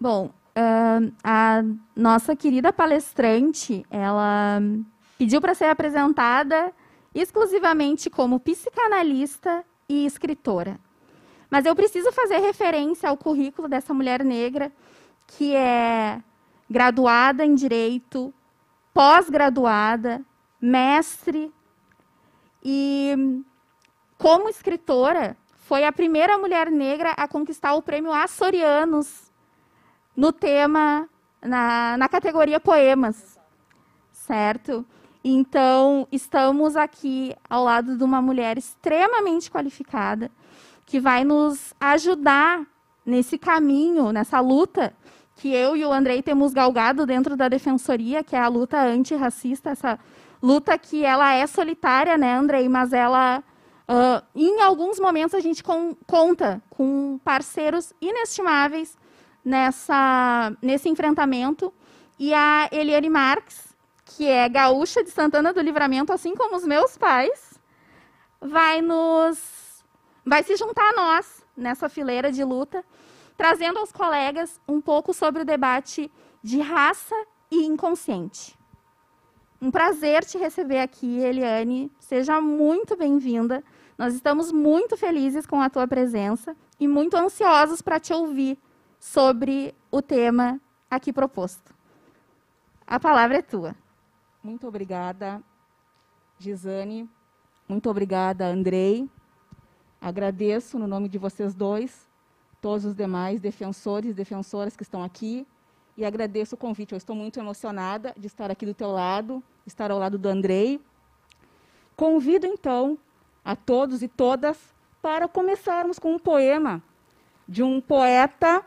Bom, a nossa querida palestrante, ela pediu para ser apresentada exclusivamente como psicanalista e escritora. Mas eu preciso fazer referência ao currículo dessa mulher negra, que é graduada em Direito, pós-graduada, mestre, e, como escritora, foi a primeira mulher negra a conquistar o prêmio Açorianos no tema, na categoria Poemas, certo? Então, estamos aqui ao lado de uma mulher extremamente qualificada, que vai nos ajudar nesse caminho, nessa luta que eu e o Andrei temos galgado dentro da Defensoria, que é a luta antirracista, essa luta que ela é solitária, né, Andrei? Mas ela, em alguns momentos, a gente conta com parceiros inestimáveis nesse enfrentamento. E a Eliane Marques, que é gaúcha de Santana do Livramento, assim como os meus pais, vai se juntar a nós nessa fileira de luta, trazendo aos colegas um pouco sobre o debate de raça e inconsciente. Um prazer te receber aqui, Eliane. Seja muito bem-vinda. Nós estamos muito felizes com a tua presença e muito ansiosos para te ouvir sobre o tema aqui proposto. A palavra é tua. Muito obrigada, Gisane. Muito obrigada, Andrei. Agradeço, no nome de vocês dois, todos os demais defensores e defensoras que estão aqui, e agradeço o convite. Eu estou muito emocionada de estar aqui do teu lado, estar ao lado do Andrei. Convido, então, a todos e todas para começarmos com um poema de um poeta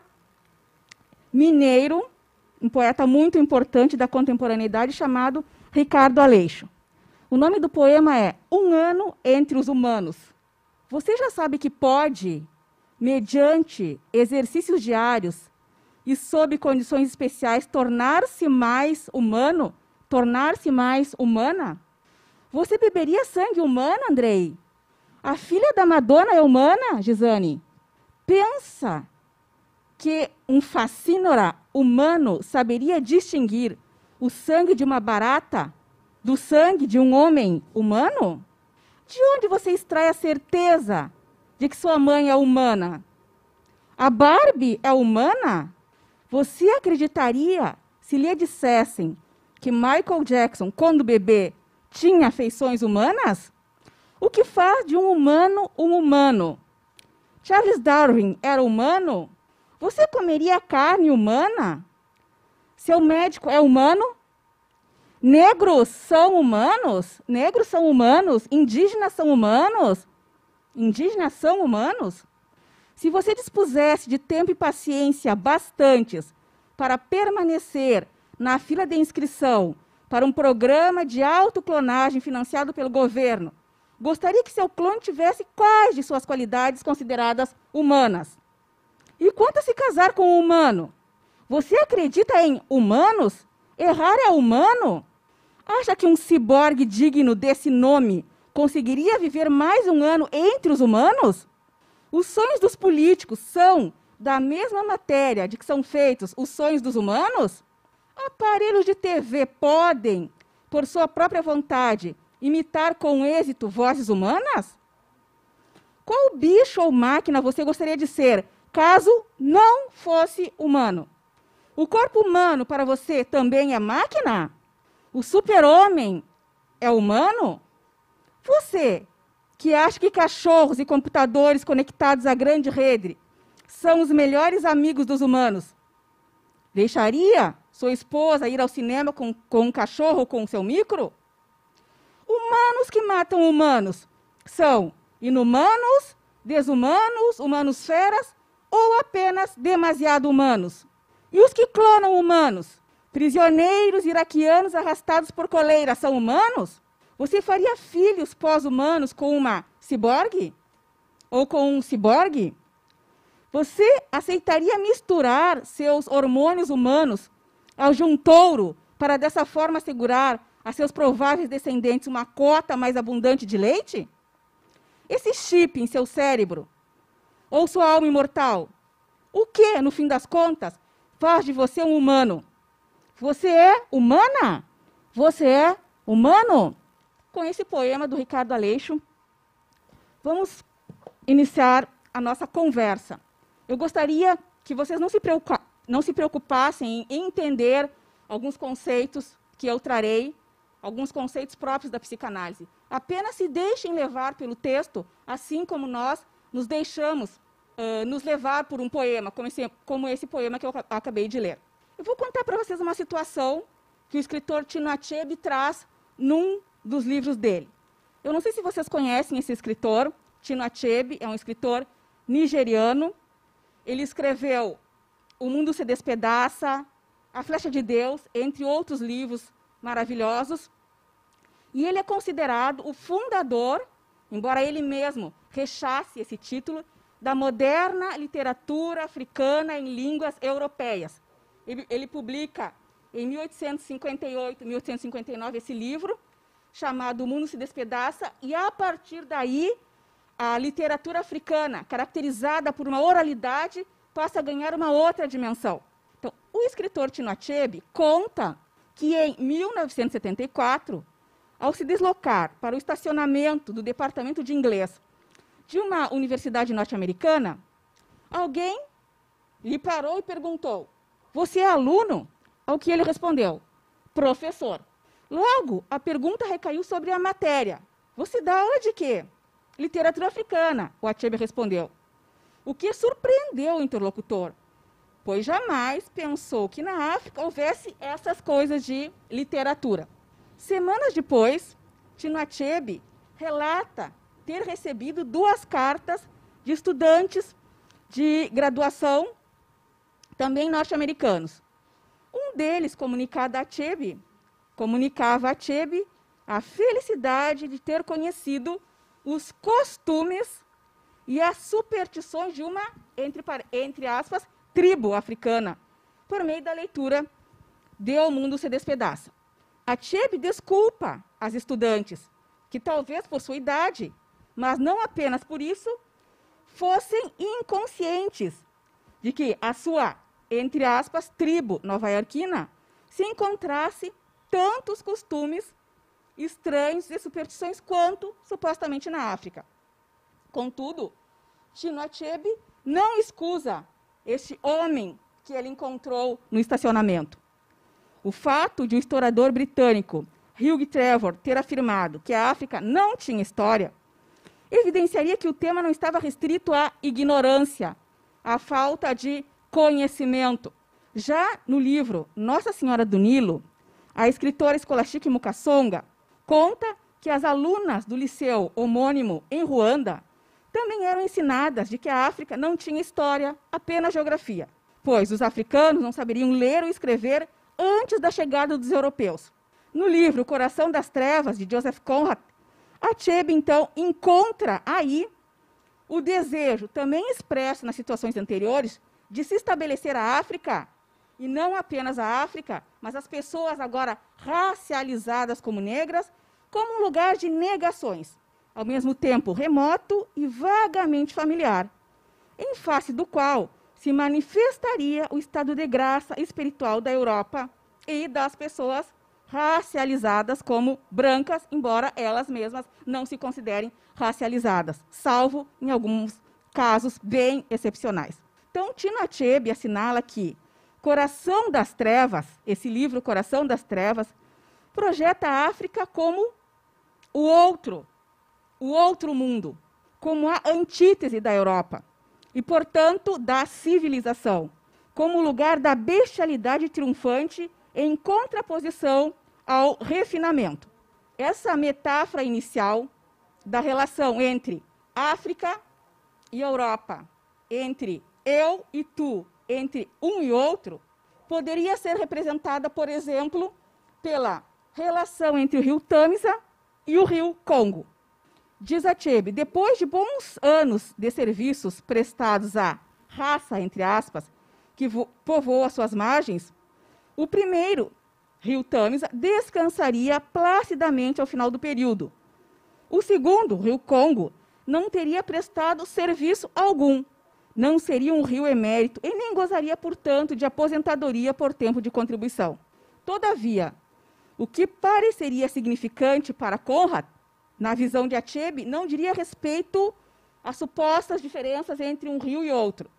mineiro, um poeta muito importante da contemporaneidade, chamado Ricardo Aleixo. O nome do poema é Um Ano Entre os Humanos. Você já sabe que pode, mediante exercícios diários e sob condições especiais, tornar-se mais humano, tornar-se mais humana? Você beberia sangue humano, Andrei? A filha da Madonna é humana, Gisane? Pensa que um facínora humano saberia distinguir o sangue de uma barata do sangue de um homem humano? De onde você extrai a certeza de que sua mãe é humana? A Barbie é humana? Você acreditaria se lhe dissessem que Michael Jackson, quando bebê, tinha feições humanas? O que faz de um humano um humano? Charles Darwin era humano? Você comeria carne humana? Seu médico é humano? Negros são humanos? Negros são humanos? Indígenas são humanos? Indígenas são humanos? Se você dispusesse de tempo e paciência bastantes para permanecer na fila de inscrição para um programa de autoclonagem financiado pelo governo, gostaria que seu clone tivesse quais de suas qualidades consideradas humanas? E quanto a se casar com um humano? Você acredita em humanos? Errar é humano? Acha que um ciborgue digno desse nome conseguiria viver mais um ano entre os humanos? Os sonhos dos políticos são da mesma matéria de que são feitos os sonhos dos humanos? Aparelhos de TV podem, por sua própria vontade, imitar com êxito vozes humanas? Qual bicho ou máquina você gostaria de ser, caso não fosse humano? O corpo humano para você também é máquina? O super-homem é humano? Você, que acha que cachorros e computadores conectados à grande rede são os melhores amigos dos humanos, deixaria sua esposa ir ao cinema com um cachorro ou com o seu micro? Humanos que matam humanos são inumanos, desumanos, humanos feras ou apenas demasiado humanos? E os que clonam humanos? Prisioneiros iraquianos arrastados por coleiras são humanos? Você faria filhos pós-humanos com uma ciborgue? Ou com um ciborgue? Você aceitaria misturar seus hormônios humanos ao de um touro para, dessa forma, assegurar a seus prováveis descendentes uma cota mais abundante de leite? Esse chip em seu cérebro, ou sua alma imortal, o que, no fim das contas, faz de você um humano. Você é humana? Você é humano? Com esse poema do Ricardo Aleixo, vamos iniciar a nossa conversa. Eu gostaria que vocês não se preocupassem em entender alguns conceitos que eu trarei, alguns conceitos próprios da psicanálise. Apenas se deixem levar pelo texto, assim como nós nos deixamos nos levar por um poema, como esse poema que eu acabei de ler. Eu vou contar para vocês uma situação que o escritor Chinua Achebe traz num dos livros dele. Eu não sei se vocês conhecem esse escritor. Chinua Achebe é um escritor nigeriano. Ele escreveu O Mundo se Despedaça, A Flecha de Deus, entre outros livros maravilhosos. E ele é considerado o fundador, embora ele mesmo rechace esse título, da moderna literatura africana em línguas europeias. Ele publica em 1858, 1859 esse livro, chamado O Mundo se Despedaça, e a partir daí a literatura africana, caracterizada por uma oralidade, passa a ganhar uma outra dimensão. Então, o escritor Chinua Achebe conta que em 1974, ao se deslocar para o estacionamento do departamento de inglês de uma universidade norte-americana, alguém lhe parou e perguntou: "Você é aluno?" Ao que ele respondeu: "Professor." Logo, a pergunta recaiu sobre a matéria. "Você dá aula de quê?" "Literatura africana", o Achebe respondeu. O que surpreendeu o interlocutor, pois jamais pensou que na África houvesse essas coisas de literatura. Semanas depois, Chinua Achebe relata ter recebido 2 cartas de estudantes de graduação, também norte-americanos. Um deles comunicava a Achebe a felicidade de ter conhecido os costumes e as superstições de uma, entre aspas, tribo africana, por meio da leitura de O Mundo se Despedaça. Achebe desculpa as estudantes, que talvez por sua idade, mas não apenas por isso, fossem inconscientes de que a sua, entre aspas, tribo nova-iorquina se encontrasse tantos costumes estranhos e superstições quanto supostamente na África. Contudo, Chinua Achebe não excusa este homem que ele encontrou no estacionamento. O fato de o historiador britânico Hugh Trevor ter afirmado que a África não tinha história evidenciaria que o tema não estava restrito à ignorância, à falta de conhecimento. Já no livro Nossa Senhora do Nilo, a escritora Scholastique Mukasonga conta que as alunas do liceu homônimo em Ruanda também eram ensinadas de que a África não tinha história, apenas geografia, pois os africanos não saberiam ler ou escrever antes da chegada dos europeus. No livro Coração das Trevas, de Joseph Conrad, Achebe, então, encontra aí o desejo, também expresso nas situações anteriores, de se estabelecer a África, e não apenas a África, mas as pessoas agora racializadas como negras, como um lugar de negações, ao mesmo tempo remoto e vagamente familiar, em face do qual se manifestaria o estado de graça espiritual da Europa e das pessoas racializadas como brancas, embora elas mesmas não se considerem racializadas, salvo em alguns casos bem excepcionais. Então, Chinua Achebe assinala que Coração das Trevas, esse livro Coração das Trevas, projeta a África como o outro mundo, como a antítese da Europa e, portanto, da civilização, como o lugar da bestialidade triunfante em contraposição ao refinamento. Essa metáfora inicial da relação entre África e Europa, entre eu e tu, entre um e outro, poderia ser representada, por exemplo, pela relação entre o rio Tâmisa e o rio Congo. Diz Achebe, depois de bons anos de serviços prestados à raça, entre aspas, que povoa suas margens, o primeiro, rio Tâmisa, descansaria placidamente ao final do período. O segundo, rio Congo, não teria prestado serviço algum, não seria um rio emérito e nem gozaria, portanto, de aposentadoria por tempo de contribuição. Todavia, o que pareceria significante para Conrad, na visão de Achebe, não diria respeito às supostas diferenças entre um rio e outro,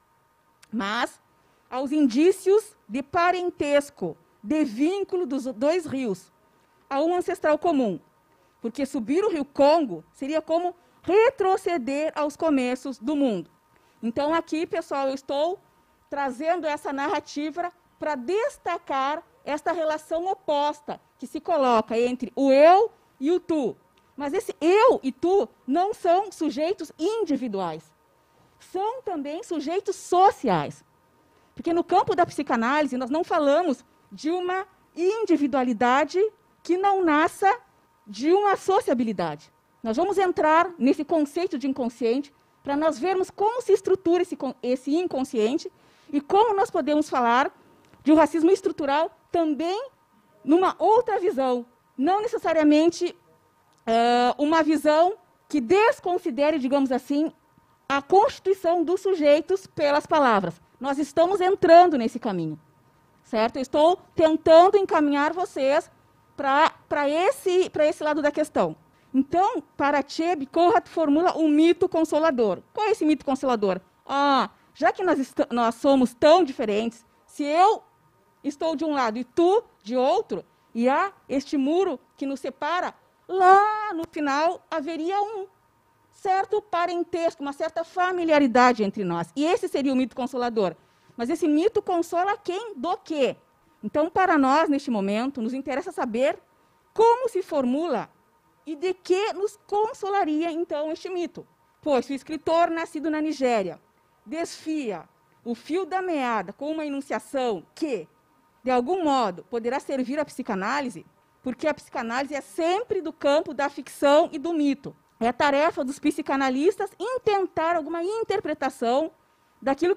mas aos indícios de parentesco, de vínculo dos dois rios, a um ancestral comum, porque subir o rio Congo seria como retroceder aos começos do mundo. Então, aqui, pessoal, eu estou trazendo essa narrativa para destacar esta relação oposta que se coloca entre o eu e o tu. Mas esse eu e tu não são sujeitos individuais, são também sujeitos sociais. Porque no campo da psicanálise, nós não falamos de uma individualidade que não nasça de uma sociabilidade. Nós vamos entrar nesse conceito de inconsciente para nós vermos como se estrutura esse inconsciente e como nós podemos falar de um racismo estrutural também numa outra visão, não necessariamente uma visão que desconsidere, digamos assim, a constituição dos sujeitos pelas palavras. Nós estamos entrando nesse caminho, certo? Eu estou tentando encaminhar vocês para esse lado da questão. Então, para Achebe, Conrad formula um mito consolador. Qual é esse mito consolador? Já que nós somos tão diferentes, se eu estou de um lado e tu de outro, e há este muro que nos separa, lá no final haveria um certo parentesco, uma certa familiaridade entre nós. E esse seria o mito consolador. Mas esse mito consola quem do quê? Então, para nós, neste momento, nos interessa saber como se formula e de que nos consolaria, então, este mito. Pois o escritor, nascido na Nigéria, desfia o fio da meada com uma enunciação que, de algum modo, poderá servir à psicanálise, porque a psicanálise é sempre do campo da ficção e do mito. É a tarefa dos psicanalistas intentar alguma interpretação daquilo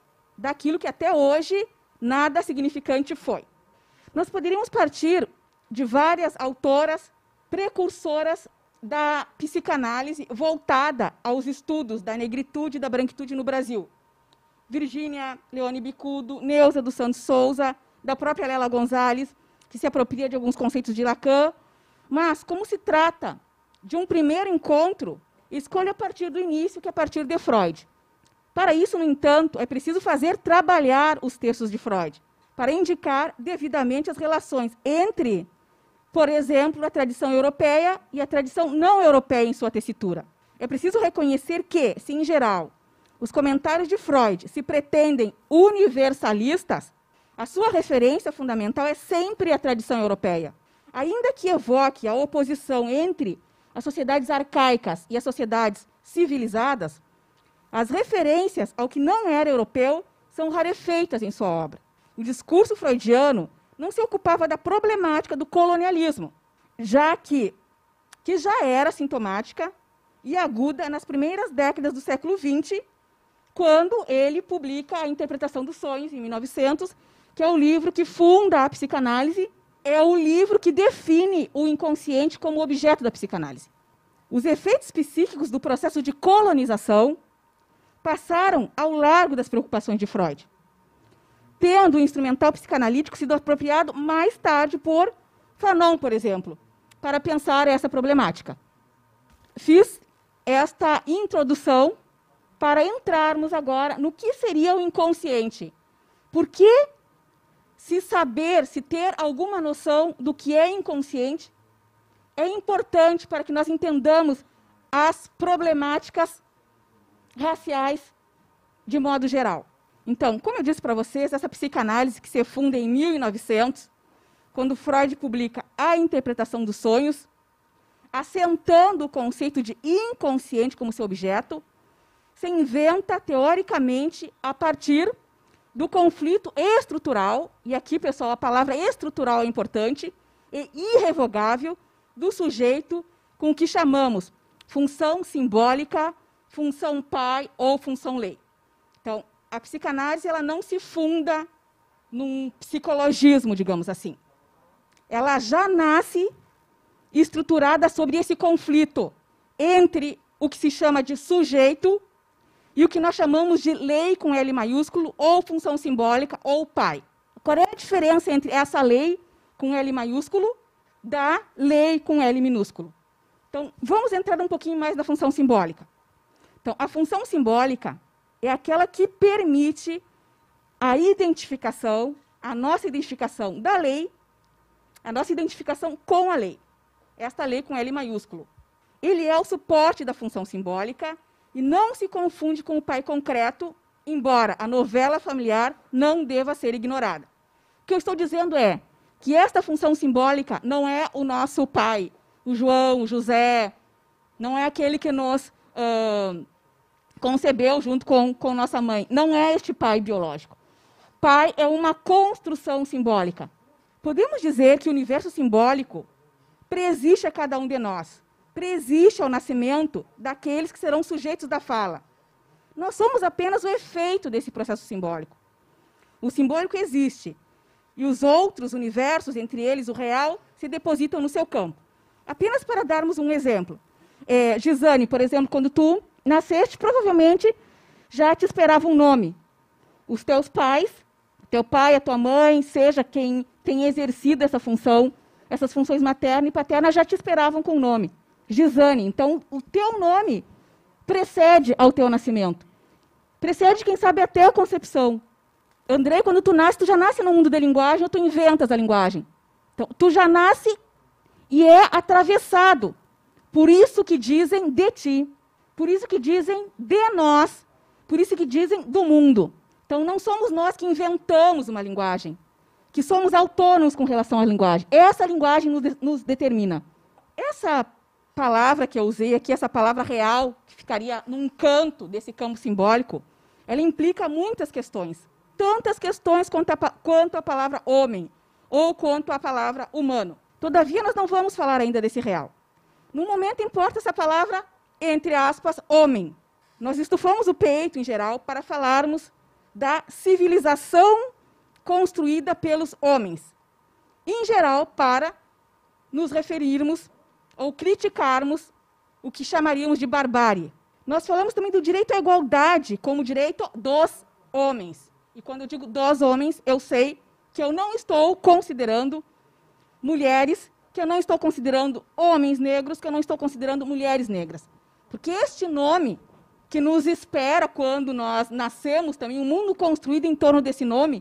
que até hoje nada significante foi. Nós poderíamos partir de várias autoras precursoras da psicanálise voltada aos estudos da negritude e da branquitude no Brasil. Virgínia Leone Bicudo, Neuza dos Santos Souza, da própria Lela Gonzalez, que se apropria de alguns conceitos de Lacan. Mas, como se trata de um primeiro encontro, escolha a partir do início, que é a partir de Freud. Para isso, no entanto, é preciso fazer trabalhar os textos de Freud, para indicar devidamente as relações entre, por exemplo, a tradição europeia e a tradição não europeia em sua tessitura. É preciso reconhecer que, se em geral os comentários de Freud se pretendem universalistas, a sua referência fundamental é sempre a tradição europeia. Ainda que evoque a oposição entre as sociedades arcaicas e as sociedades civilizadas, as referências ao que não era europeu são rarefeitas em sua obra. O discurso freudiano não se ocupava da problemática do colonialismo, que já era sintomática e aguda nas primeiras décadas do século XX, quando ele publica A Interpretação dos Sonhos, em 1900, que é o livro que funda a psicanálise, é o livro que define o inconsciente como objeto da psicanálise. Os efeitos psíquicos do processo de colonização passaram ao largo das preocupações de Freud, tendo o instrumental psicanalítico sido apropriado mais tarde por Fanon, por exemplo, para pensar essa problemática. Fiz esta introdução para entrarmos agora no que seria o inconsciente. Por que se ter alguma noção do que é inconsciente é importante para que nós entendamos as problemáticas raciais de modo geral. Então, como eu disse para vocês, essa psicanálise que se funda em 1900, quando Freud publica A Interpretação dos Sonhos, assentando o conceito de inconsciente como seu objeto, se inventa, teoricamente, a partir do conflito estrutural, e aqui, pessoal, a palavra estrutural é importante, e irrevogável, do sujeito com o que chamamos função simbólica, função pai ou função lei. Então, a psicanálise ela não se funda num psicologismo, digamos assim. Ela já nasce estruturada sobre esse conflito entre o que se chama de sujeito e o que nós chamamos de lei com L maiúsculo, ou função simbólica, ou pai. Qual é a diferença entre essa lei com L maiúsculo da lei com L minúsculo? Então, vamos entrar um pouquinho mais na função simbólica. Então, a função simbólica é aquela que permite a identificação, a nossa identificação da lei, a nossa identificação com a lei. Esta lei com L maiúsculo. Ele é o suporte da função simbólica e não se confunde com o pai concreto, embora a novela familiar não deva ser ignorada. O que eu estou dizendo é que esta função simbólica não é o nosso pai, o João, o José, não é aquele que nos concebeu junto com nossa mãe. Não é este pai biológico. Pai é uma construção simbólica. Podemos dizer que o universo simbólico preexiste a cada um de nós, preexiste ao nascimento daqueles que serão sujeitos da fala. Nós somos apenas o efeito desse processo simbólico. O simbólico existe, e os outros universos, entre eles o real, se depositam no seu campo. Apenas para darmos um exemplo. Gisane, por exemplo, quando tu nasceste, provavelmente já te esperava um nome. Os teus pais, teu pai, a tua mãe, seja quem tem exercido essa função, essas funções materna e paterna, já te esperavam com o nome. Gisane. Então, o teu nome precede ao teu nascimento. Precede, quem sabe, até a concepção. Andrei, quando tu nasce, tu já nasce no mundo da linguagem ou tu inventas a linguagem? Então, tu já nasce e é atravessado. Por isso que dizem de ti. Por isso que dizem de nós. Por isso que dizem do mundo. Então, não somos nós que inventamos uma linguagem, que somos autônomos com relação à linguagem. Essa linguagem nos determina. Essa palavra que eu usei aqui, essa palavra real, que ficaria num canto desse campo simbólico, ela implica muitas questões. Tantas questões quanto a palavra homem, ou quanto a palavra humano. Todavia, nós não vamos falar ainda desse real. No momento, importa essa palavra, entre aspas, homem. Nós estufamos o peito, em geral, para falarmos da civilização construída pelos homens. Em geral, para nos referirmos ou criticarmos o que chamaríamos de barbárie. Nós falamos também do direito à igualdade como direito dos homens. E quando eu digo dos homens, eu sei que eu não estou considerando mulheres, que eu não estou considerando homens negros, que eu não estou considerando mulheres negras. Porque este nome que nos espera quando nós nascemos também, um mundo construído em torno desse nome,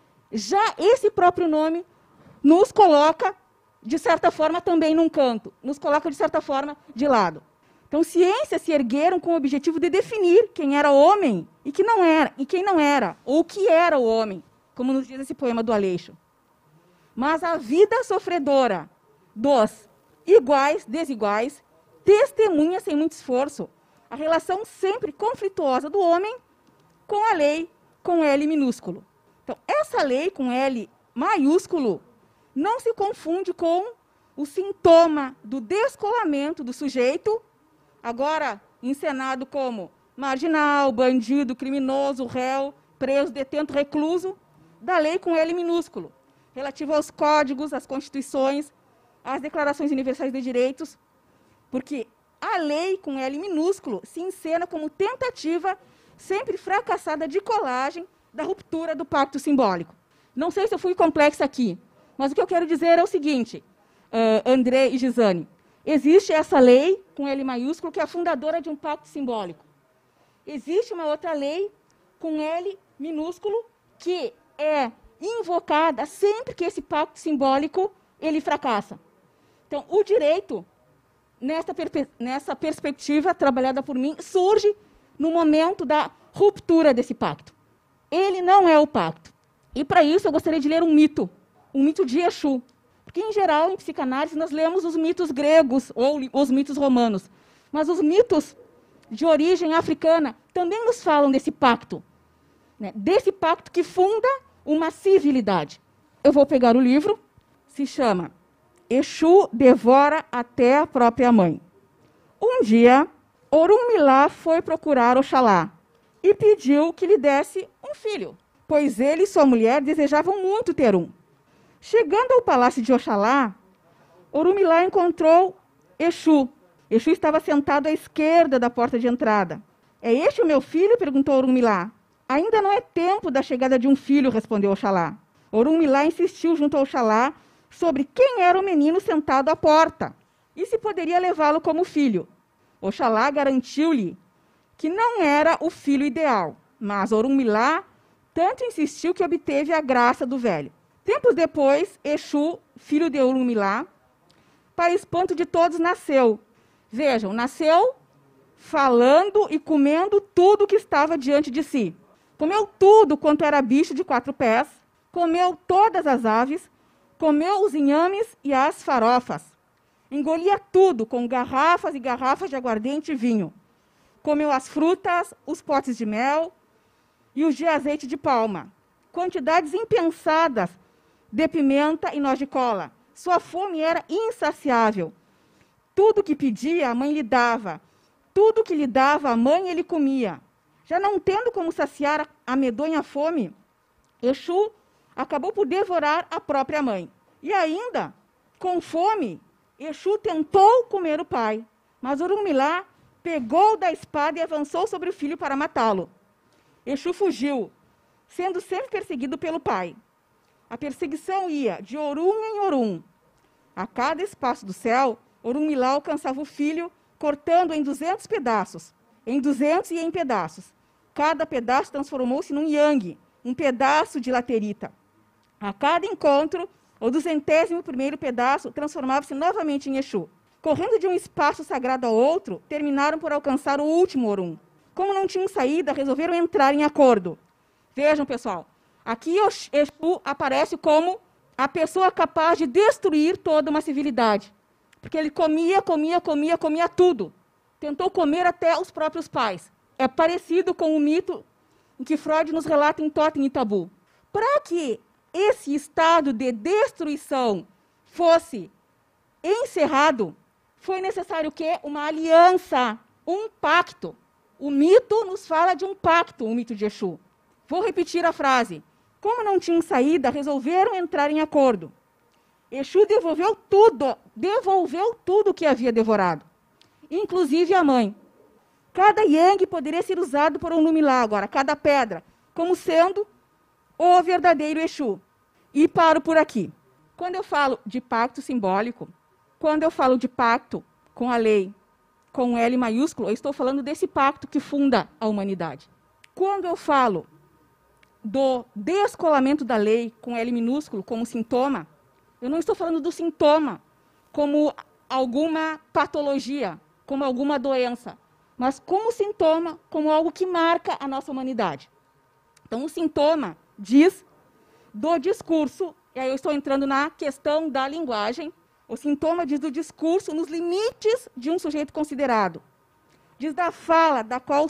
já esse próprio nome nos coloca, de certa forma, também num canto, nos coloca, de certa forma, de lado. Então, ciências se ergueram com o objetivo de definir quem era homem e quem não era, ou o que era o homem, como nos diz esse poema do Aleixo. Mas a vida sofredora dos iguais, desiguais, testemunha sem muito esforço a relação sempre conflituosa do homem com a lei com L minúsculo. Então, essa lei com L maiúsculo não se confunde com o sintoma do descolamento do sujeito, agora encenado como marginal, bandido, criminoso, réu, preso, detento, recluso, da lei com L minúsculo, relativo aos códigos, às constituições, às declarações universais de direitos, porque a lei com L minúsculo se encena como tentativa sempre fracassada de colagem da ruptura do pacto simbólico. Não sei se eu fui complexa aqui, mas o que eu quero dizer é o seguinte, André e Gisane. Existe essa lei com L maiúsculo que é a fundadora de um pacto simbólico. Existe uma outra lei com L minúsculo que é invocada sempre que esse pacto simbólico ele fracassa. Então, o direito, nessa perspectiva trabalhada por mim, surge no momento da ruptura desse pacto. Ele não é o pacto. E, para isso, eu gostaria de ler um mito de Exu. Porque, em geral, em psicanálise, nós lemos os mitos gregos ou os mitos romanos. Mas os mitos de origem africana também nos falam desse pacto. Né? Desse pacto que funda uma civilidade. Eu vou pegar o livro, se chama Exu devora até a própria mãe. Um dia, Orunmilá foi procurar Oxalá e pediu que lhe desse um filho, pois ele e sua mulher desejavam muito ter um. Chegando ao palácio de Oxalá, Orunmilá encontrou Exu. Exu estava sentado à esquerda da porta de entrada. É este o meu filho? Perguntou Orunmilá. Ainda não é tempo da chegada de um filho, respondeu Oxalá. Orunmilá insistiu junto a Oxalá sobre quem era o menino sentado à porta e se poderia levá-lo como filho. Oxalá garantiu-lhe que não era o filho ideal, mas Orunmilá tanto insistiu que obteve a graça do velho. Tempos depois, Exu, filho de Orunmilá, para espanto de todos, nasceu. Vejam, nasceu falando e comendo tudo que estava diante de si. Comeu tudo quanto era bicho de 4 pés, comeu todas as aves, comeu os inhames e as farofas. Engolia tudo com garrafas e garrafas de aguardente e vinho. Comeu as frutas, os potes de mel e os de azeite de palma. Quantidades impensadas de pimenta e noz de cola. Sua fome era insaciável. Tudo que pedia, a mãe lhe dava. Tudo que lhe dava a mãe, ele comia. Já não tendo como saciar a medonha fome, Exu acabou por devorar a própria mãe. E ainda, com fome, Exu tentou comer o pai. Mas Orunmilá pegou da espada e avançou sobre o filho para matá-lo. Exu fugiu, sendo sempre perseguido pelo pai. A perseguição ia de Orum em Orum. A cada espaço do céu, Orunmilá alcançava o filho, cortando em 200 pedaços, em 200 e em pedaços. Cada pedaço transformou-se num yang, um pedaço de laterita. A cada encontro, o 201º pedaço transformava-se novamente em Exu. Correndo de um espaço sagrado a outro, terminaram por alcançar o último Orum. Como não tinham saída, resolveram entrar em acordo. Vejam, pessoal, aqui Exu aparece como a pessoa capaz de destruir toda uma civilidade. Porque ele comia tudo. Tentou comer até os próprios pais. É parecido com o mito em que Freud nos relata em Totem e Tabu. Para que esse estado de destruição fosse encerrado, foi necessário o quê? Uma aliança, um pacto. O mito nos fala de um pacto, o mito de Exu. Vou repetir a frase. Como não tinham saída, resolveram entrar em acordo. Exu devolveu tudo que havia devorado, inclusive a mãe. Cada yang poderia ser usado por Orunmilá agora, cada pedra, como sendo o verdadeiro Exu. E paro por aqui. Quando eu falo de pacto simbólico, quando eu falo de pacto com a lei, com L maiúsculo, eu estou falando desse pacto que funda a humanidade. Quando eu falo do descolamento da lei com L minúsculo como sintoma, eu não estou falando do sintoma como alguma patologia, como alguma doença, mas como sintoma, como algo que marca a nossa humanidade. Então, o sintoma diz do discurso, e aí eu estou entrando na questão da linguagem, o sintoma diz do discurso nos limites de um sujeito considerado. Diz da fala da qual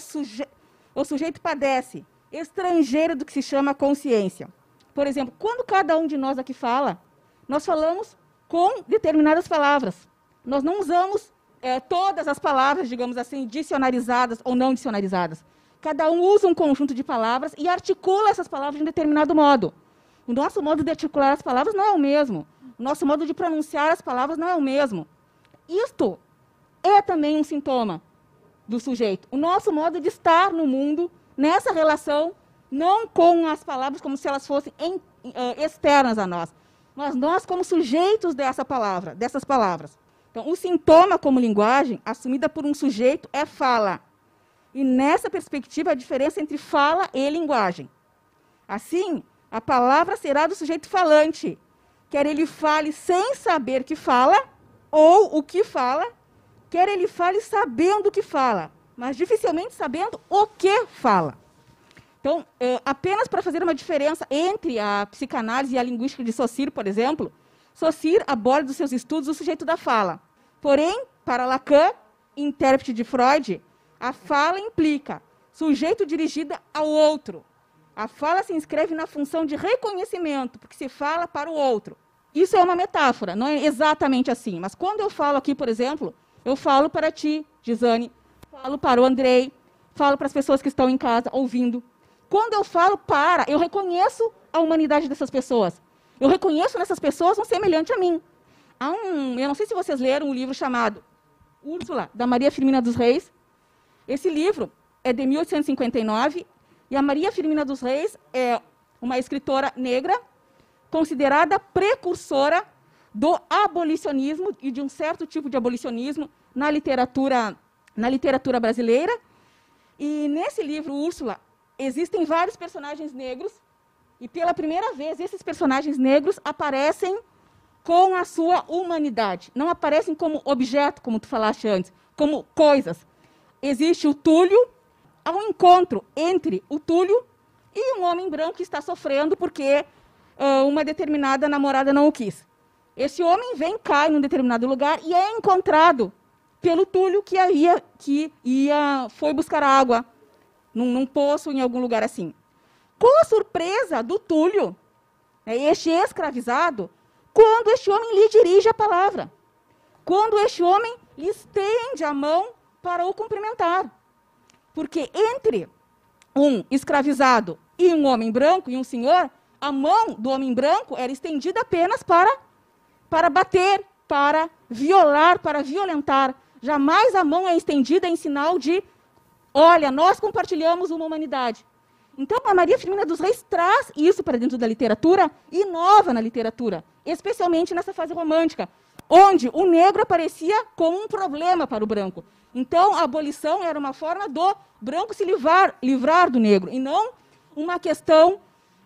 o sujeito padece, estrangeiro do que se chama consciência. Por exemplo, quando cada um de nós aqui fala, nós falamos com determinadas palavras. Nós não usamos todas as palavras, digamos assim, dicionarizadas ou não dicionarizadas. Cada um usa um conjunto de palavras e articula essas palavras de um determinado modo. O nosso modo de articular as palavras não é o mesmo. O nosso modo de pronunciar as palavras não é o mesmo. Isto é também um sintoma do sujeito. O nosso modo de estar no mundo, nessa relação, não com as palavras como se elas fossem externas a nós, mas nós como sujeitos dessas palavras. Então, o sintoma como linguagem, assumida por um sujeito, é fala. E nessa perspectiva, a diferença entre fala e linguagem. Assim, a palavra será do sujeito falante, quer ele fale sem saber que fala, ou o que fala, quer ele fale sabendo o que fala, mas dificilmente sabendo o que fala. Então, apenas para fazer uma diferença entre a psicanálise e a linguística de Saussure, por exemplo, Saussure aborda dos seus estudos o sujeito da fala. Porém, para Lacan, intérprete de Freud, a fala implica sujeito dirigido ao outro. A fala se inscreve na função de reconhecimento, porque se fala para o outro. Isso é uma metáfora, não é exatamente assim. Mas quando eu falo aqui, por exemplo, eu falo para ti, Gisane, falo para o Andrei, falo para as pessoas que estão em casa ouvindo. Quando eu falo para, eu reconheço a humanidade dessas pessoas. Eu reconheço nessas pessoas um semelhante a mim. Eu não sei se vocês leram um livro chamado Úrsula, da Maria Firmina dos Reis. Esse livro é de 1859, e a Maria Firmina dos Reis é uma escritora negra, considerada precursora do abolicionismo e de um certo tipo de abolicionismo na literatura brasileira. E nesse livro, Úrsula, existem vários personagens negros, e pela primeira vez esses personagens negros aparecem com a sua humanidade. Não aparecem como objeto, como tu falaste antes, como coisas. Existe o Túlio, há um encontro entre o Túlio e um homem branco que está sofrendo porque uma determinada namorada não o quis. Esse homem cai num determinado lugar e é encontrado pelo Túlio, que foi buscar água num poço, em algum lugar assim. Com a surpresa do Túlio, este escravizado, quando este homem lhe dirige a palavra, quando este homem lhe estende a mão para o cumprimentar. Porque entre um escravizado e um homem branco, e um senhor, a mão do homem branco era estendida apenas para bater, para violar, para violentar. Jamais a mão é estendida em sinal de, olha, nós compartilhamos uma humanidade. Então, a Maria Firmina dos Reis traz isso para dentro da literatura, e inova na literatura, especialmente nessa fase romântica, onde o negro aparecia como um problema para o branco. Então, a abolição era uma forma do branco se livrar do negro, e não uma questão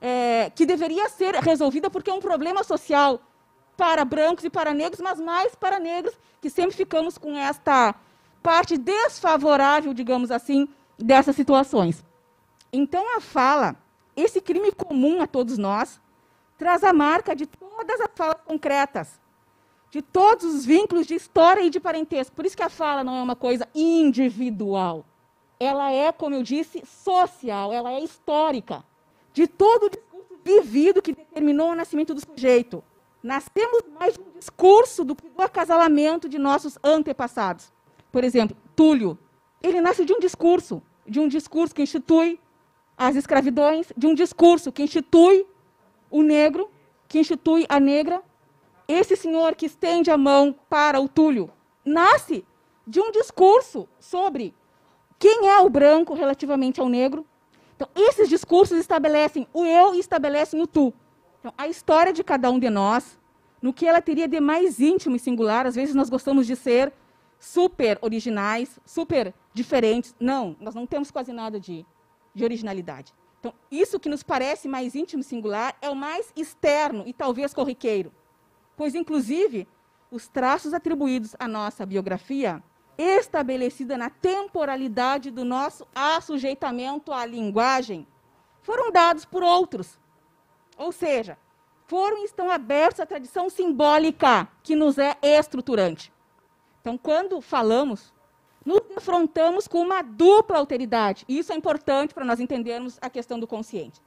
que deveria ser resolvida porque é um problema social para brancos e para negros, mas mais para negros, que sempre ficamos com esta parte desfavorável, digamos assim, dessas situações. Então, a fala, esse crime comum a todos nós, traz a marca de todas as falas concretas, de todos os vínculos de história e de parentesco. Por isso que a fala não é uma coisa individual. Ela é, como eu disse, social, ela é histórica, de todo o discurso vivido que determinou o nascimento do sujeito. Nascemos mais de um discurso do que do acasalamento de nossos antepassados. Por exemplo, Túlio, ele nasce de um discurso que institui as escravidões, de um discurso que institui o negro, que institui a negra. Esse senhor que estende a mão para o Túlio nasce de um discurso sobre quem é o branco relativamente ao negro. Então, esses discursos estabelecem o eu e estabelecem o tu. Então, a história de cada um de nós, no que ela teria de mais íntimo e singular, às vezes nós gostamos de ser super originais, super diferentes. Não, nós não temos quase nada de originalidade. Então, isso que nos parece mais íntimo e singular é o mais externo e talvez corriqueiro. Pois, inclusive, os traços atribuídos à nossa biografia, estabelecida na temporalidade do nosso assujeitamento à linguagem, foram dados por outros. Ou seja, foram e estão abertos à tradição simbólica que nos é estruturante. Então, quando falamos, nos defrontamos com uma dupla alteridade. E isso é importante para nós entendermos a questão do consciente.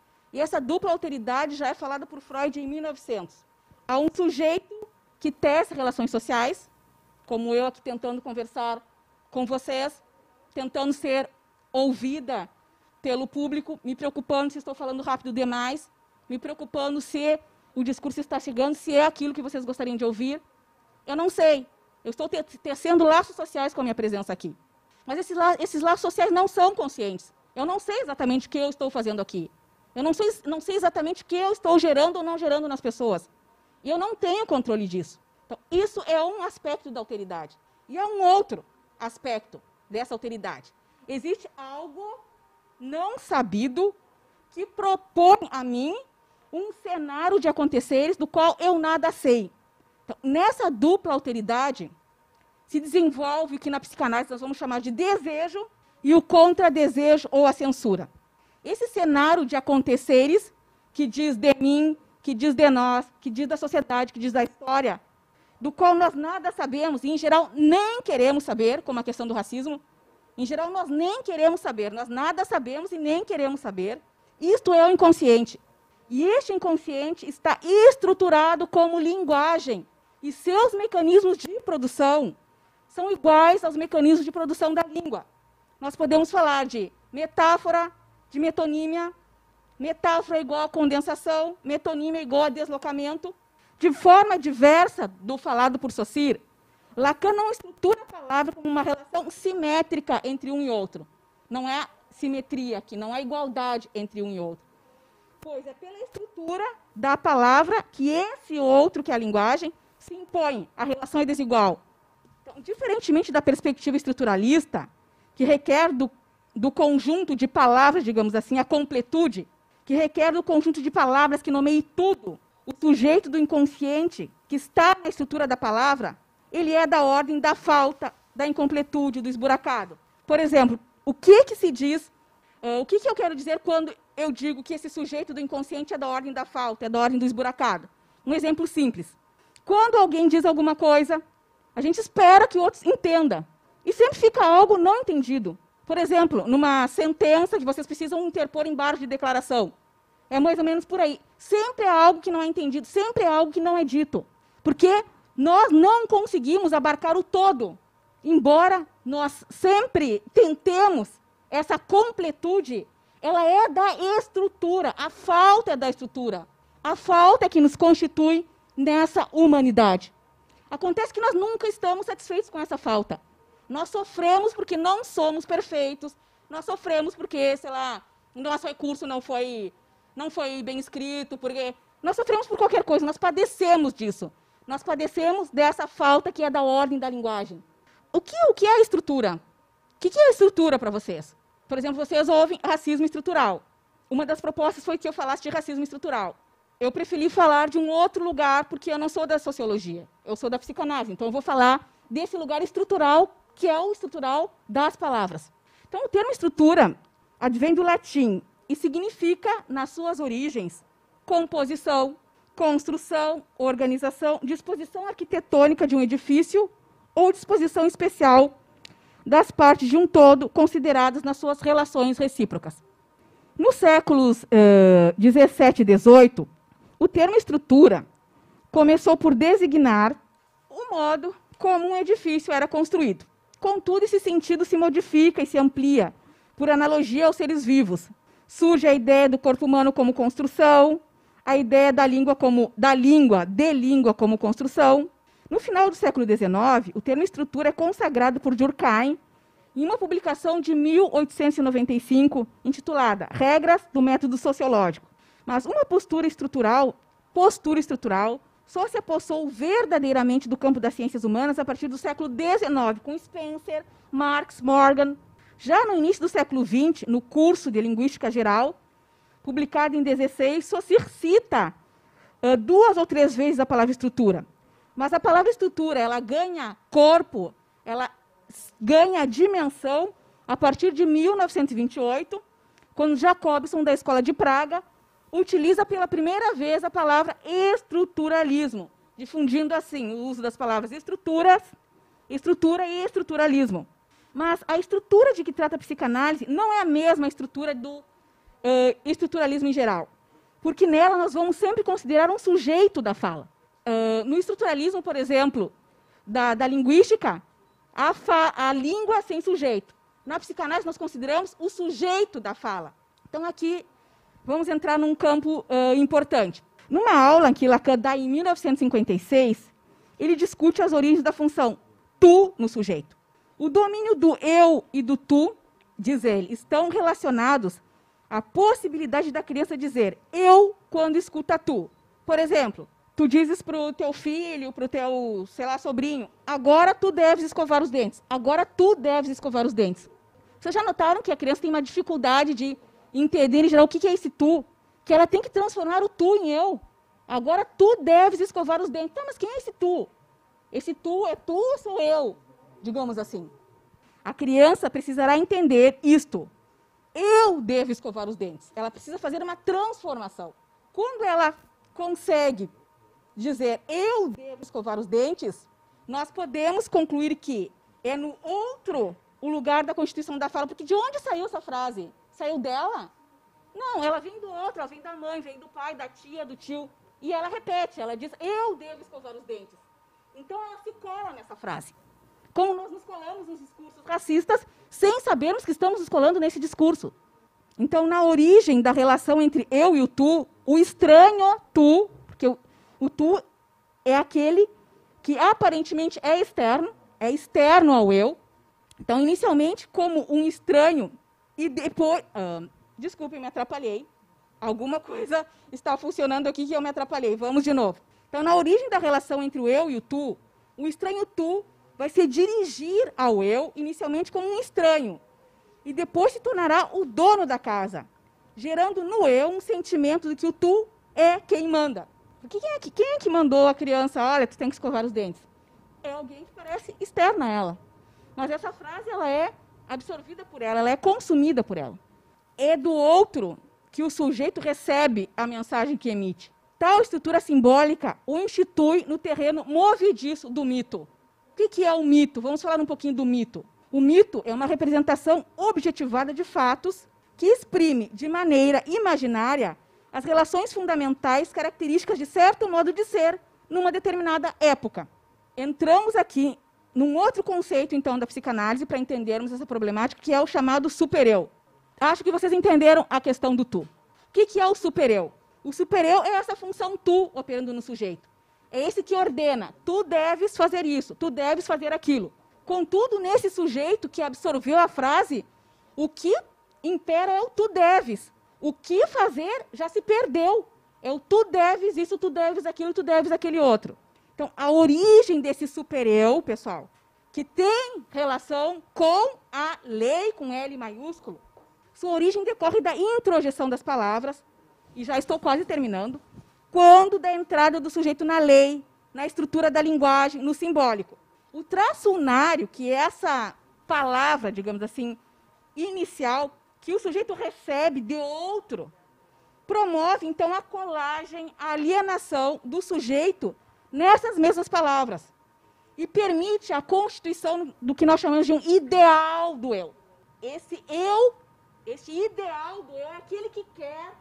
E essa dupla alteridade já é falada por Freud em 1900. Há um sujeito que tece relações sociais, como eu aqui tentando conversar com vocês, tentando ser ouvida pelo público, me preocupando se estou falando rápido demais, me preocupando se o discurso está chegando, se é aquilo que vocês gostariam de ouvir. Eu não sei. Eu estou tecendo laços sociais com a minha presença aqui. Mas esses laços sociais não são conscientes. Eu não sei exatamente o que eu estou fazendo aqui. Eu não sei exatamente o que eu estou gerando ou não gerando nas pessoas. E eu não tenho controle disso. Então, isso é um aspecto da alteridade. E há um outro aspecto dessa alteridade. Existe algo não sabido que propõe a mim um cenário de aconteceres do qual eu nada sei. Então, nessa dupla alteridade, se desenvolve o que na psicanálise nós vamos chamar de desejo e o contradesejo ou a censura. Esse cenário de aconteceres que diz de mim, que diz de nós, que diz da sociedade, que diz da história, do qual nós nada sabemos e, em geral, nem queremos saber, como a questão do racismo. Em geral, nós nem queremos saber, nós nada sabemos e nem queremos saber. Isto é o inconsciente. E este inconsciente está estruturado como linguagem. E seus mecanismos de produção são iguais aos mecanismos de produção da língua. Nós podemos falar de metáfora, de metonímia. Metáfora é igual a condensação, metonímia é igual a deslocamento. De forma diversa do falado por Saussure, Lacan não estrutura a palavra como uma relação simétrica entre um e outro. Não há simetria aqui, não há igualdade entre um e outro. Pois é pela estrutura da palavra que esse outro, que é a linguagem, se impõe. A relação é desigual. Então, diferentemente da perspectiva estruturalista, que requer do conjunto de palavras, digamos assim, a completude, que requer do conjunto de palavras que nomeie tudo, o sujeito do inconsciente, que está na estrutura da palavra, ele é da ordem da falta, da incompletude, do esburacado. Por exemplo, o que se diz, o que eu quero dizer quando eu digo que esse sujeito do inconsciente é da ordem da falta, é da ordem do esburacado? Um exemplo simples. Quando alguém diz alguma coisa, a gente espera que o outro entenda. E sempre fica algo não entendido. Por exemplo, numa sentença que vocês precisam interpor embargo de declaração. É mais ou menos por aí. Sempre é algo que não é entendido, sempre é algo que não é dito. Porque nós não conseguimos abarcar o todo. Embora nós sempre tentemos essa completude, ela é da estrutura. A falta é da estrutura. A falta é que nos constitui nessa humanidade. Acontece que nós nunca estamos satisfeitos com essa falta. Nós sofremos porque não somos perfeitos. Nós sofremos porque, sei lá, o nosso recurso não foi bem escrito, porque nós sofremos por qualquer coisa, nós padecemos disso. Nós padecemos dessa falta que é da ordem da linguagem. O que é a estrutura? O que é a estrutura para vocês? Por exemplo, vocês ouvem racismo estrutural. Uma das propostas foi que eu falasse de racismo estrutural. Eu preferi falar de um outro lugar, porque eu não sou da sociologia, eu sou da psicanálise. Então, eu vou falar desse lugar estrutural, que é o estrutural das palavras. Então, o termo estrutura advém do latim e significa, nas suas origens, composição, construção, organização, disposição arquitetônica de um edifício ou disposição especial das partes de um todo consideradas nas suas relações recíprocas. Nos séculos 17 e 18, o termo estrutura começou por designar o modo como um edifício era construído. Contudo, esse sentido se modifica e se amplia por analogia aos seres vivos. Surge a ideia do corpo humano como construção, a ideia de língua como construção. No final do século XIX, o termo estrutura é consagrado por Durkheim em uma publicação de 1895, intitulada Regras do Método Sociológico. Mas uma postura estrutural, só se apossou verdadeiramente do campo das ciências humanas a partir do século XIX, com Spencer, Marx, Morgan. Já no início do século XX, no curso de Linguística Geral, publicado em 16, só se cita 2 ou 3 vezes a palavra estrutura. Mas a palavra estrutura, ela ganha corpo, ela ganha dimensão a partir de 1928, quando Jacobson, da Escola de Praga, utiliza pela primeira vez a palavra estruturalismo, difundindo assim o uso das palavras estrutura e estruturalismo. Mas a estrutura de que trata a psicanálise não é a mesma estrutura do estruturalismo em geral, porque nela nós vamos sempre considerar um sujeito da fala. No estruturalismo, por exemplo, da linguística, a língua sem sujeito. Na psicanálise, nós consideramos o sujeito da fala. Então, aqui, vamos entrar num campo importante. Numa aula que Lacan dá em 1956, ele discute as origens da função tu no sujeito. O domínio do eu e do tu, diz ele, estão relacionados à possibilidade da criança dizer eu quando escuta tu. Por exemplo, tu dizes para o teu filho, para o teu, sei lá, sobrinho, agora tu deves escovar os dentes. Agora tu deves escovar os dentes. Vocês já notaram que a criança tem uma dificuldade de entender, em geral, o que é esse tu? Que ela tem que transformar o tu em eu. Agora tu deves escovar os dentes. Tá, mas quem é esse tu? Esse tu é tu ou sou eu? Digamos assim. A criança precisará entender isto. Eu devo escovar os dentes. Ela precisa fazer uma transformação. Quando ela consegue dizer eu devo escovar os dentes, nós podemos concluir que é no outro o lugar da constituição da fala, porque de onde saiu essa frase? Saiu dela? Não, ela vem do outro, ela vem da mãe, vem do pai, da tia, do tio, e ela repete, ela diz eu devo escovar os dentes. Então ela se cola nessa frase. Como nós nos colamos nos discursos racistas, sem sabermos que estamos nos colando nesse discurso. Então, na origem da relação entre eu e o tu, o estranho tu, porque o tu é aquele que aparentemente é externo ao eu. Então, inicialmente, como um estranho E depois... desculpe, me atrapalhei. Alguma coisa está funcionando aqui que eu me atrapalhei. Vamos de novo. Então, na origem da relação entre o eu e o tu, o estranho tu vai se dirigir ao eu, inicialmente como um estranho, e depois se tornará o dono da casa, gerando no eu um sentimento de que o tu é quem manda. Porque quem é que mandou a criança, olha, tu tem que escovar os dentes? É alguém que parece externo a ela. Mas essa frase, ela é absorvida por ela é consumida por ela. É do outro que o sujeito recebe a mensagem que emite. Tal estrutura simbólica o institui no terreno movediço do mito. O que é o mito? Vamos falar um pouquinho do mito. O mito é uma representação objetivada de fatos que exprime de maneira imaginária as relações fundamentais características de certo modo de ser numa determinada época. Entramos aqui num outro conceito, então, da psicanálise para entendermos essa problemática, que é o chamado super-eu. Acho que vocês entenderam a questão do tu. O que é o super-eu? O super-eu é essa função tu operando no sujeito. É esse que ordena, tu deves fazer isso, tu deves fazer aquilo. Contudo, nesse sujeito que absorveu a frase, o que impera é o tu deves. O que fazer já se perdeu. É o tu deves isso, tu deves aquilo, tu deves aquele outro. Então, a origem desse super-eu, pessoal, que tem relação com a lei, com L maiúsculo, sua origem decorre da introjeção das palavras, e já estou quase terminando, quando da entrada do sujeito na lei, na estrutura da linguagem, no simbólico. O traço unário, que é essa palavra, digamos assim, inicial, que o sujeito recebe de outro, promove, então, a colagem, a alienação do sujeito nessas mesmas palavras. E permite a constituição do que nós chamamos de um ideal do eu. Esse ideal do eu é aquele que quer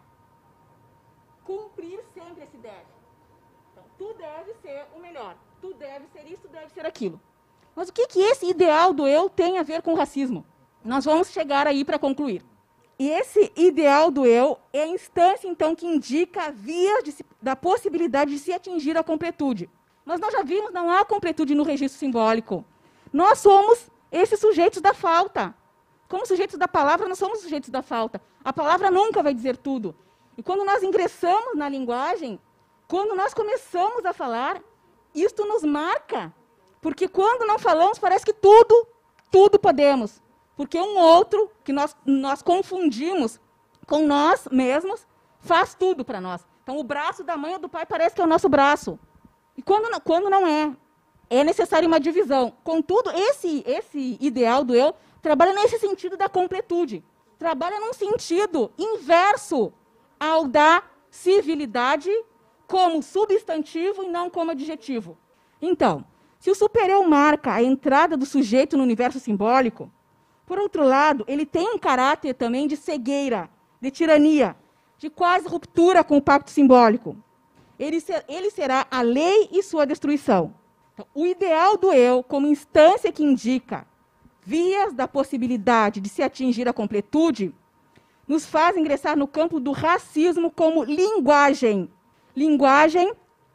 cumprir sempre esse deve. Então, tu deve ser o melhor. Tu deve ser isso, tu deve ser aquilo. Mas o que que esse ideal do eu tem a ver com o racismo? Nós vamos chegar aí para concluir. E esse ideal do eu é a instância, então, que indica vias da possibilidade de se atingir a completude. Mas nós já vimos, não há completude no registro simbólico. Nós somos esses sujeitos da falta. Como sujeitos da palavra, nós somos sujeitos da falta. A palavra nunca vai dizer tudo. E quando nós ingressamos na linguagem, quando nós começamos a falar, isto nos marca. Porque quando não falamos, parece que tudo podemos. Porque um outro, que nós confundimos com nós mesmos, faz tudo para nós. Então, o braço da mãe ou do pai parece que é o nosso braço. E quando não é, é necessária uma divisão. Contudo, esse ideal do eu trabalha nesse sentido da completude. Trabalha num sentido inverso ao da civilidade como substantivo e não como adjetivo. Então, se o super-eu marca a entrada do sujeito no universo simbólico, por outro lado, ele tem um caráter também de cegueira, de tirania, de quase ruptura com o pacto simbólico. Ele será a lei e sua destruição. Então, o ideal do eu, como instância que indica vias da possibilidade de se atingir a completude, nos faz ingressar no campo do racismo como linguagem. Linguagem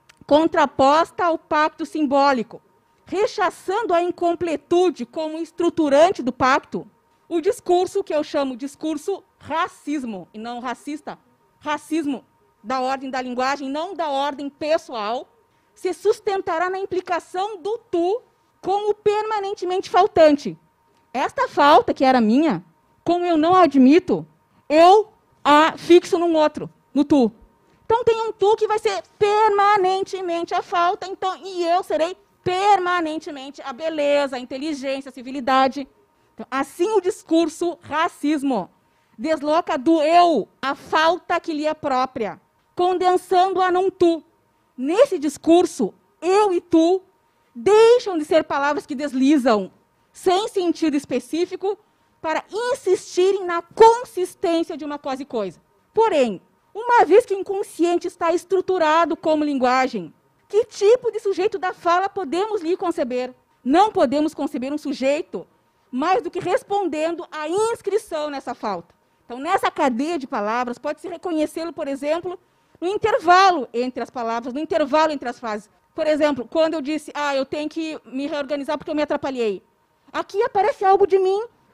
contraposta ao pacto simbólico, rechaçando a incompletude como estruturante do pacto, o discurso que eu chamo de discurso racismo, e não racista, racismo da ordem da linguagem, não da ordem pessoal, se sustentará na implicação do tu como permanentemente faltante. Esta falta, que era minha, como eu não a admito, eu a fixo num outro, no tu. Então tem um tu que vai ser permanentemente a falta, então, e eu serei permanentemente a beleza, a inteligência, a civilidade. Então, assim o discurso racismo desloca do eu a falta que lhe é própria, condensando-a num tu. Nesse discurso, eu e tu deixam de ser palavras que deslizam, sem sentido específico, para insistirem na consistência de uma quase coisa. Porém, uma vez que o inconsciente está estruturado como linguagem, que tipo de sujeito da fala podemos lhe conceber? Não podemos conceber um sujeito mais do que respondendo à inscrição nessa falta. Então, nessa cadeia de palavras, pode-se reconhecê-lo, por exemplo, no intervalo entre as palavras, no intervalo entre as frases. Por exemplo, quando eu disse, eu tenho que me reorganizar porque eu me atrapalhei. Aqui aparece algo de mim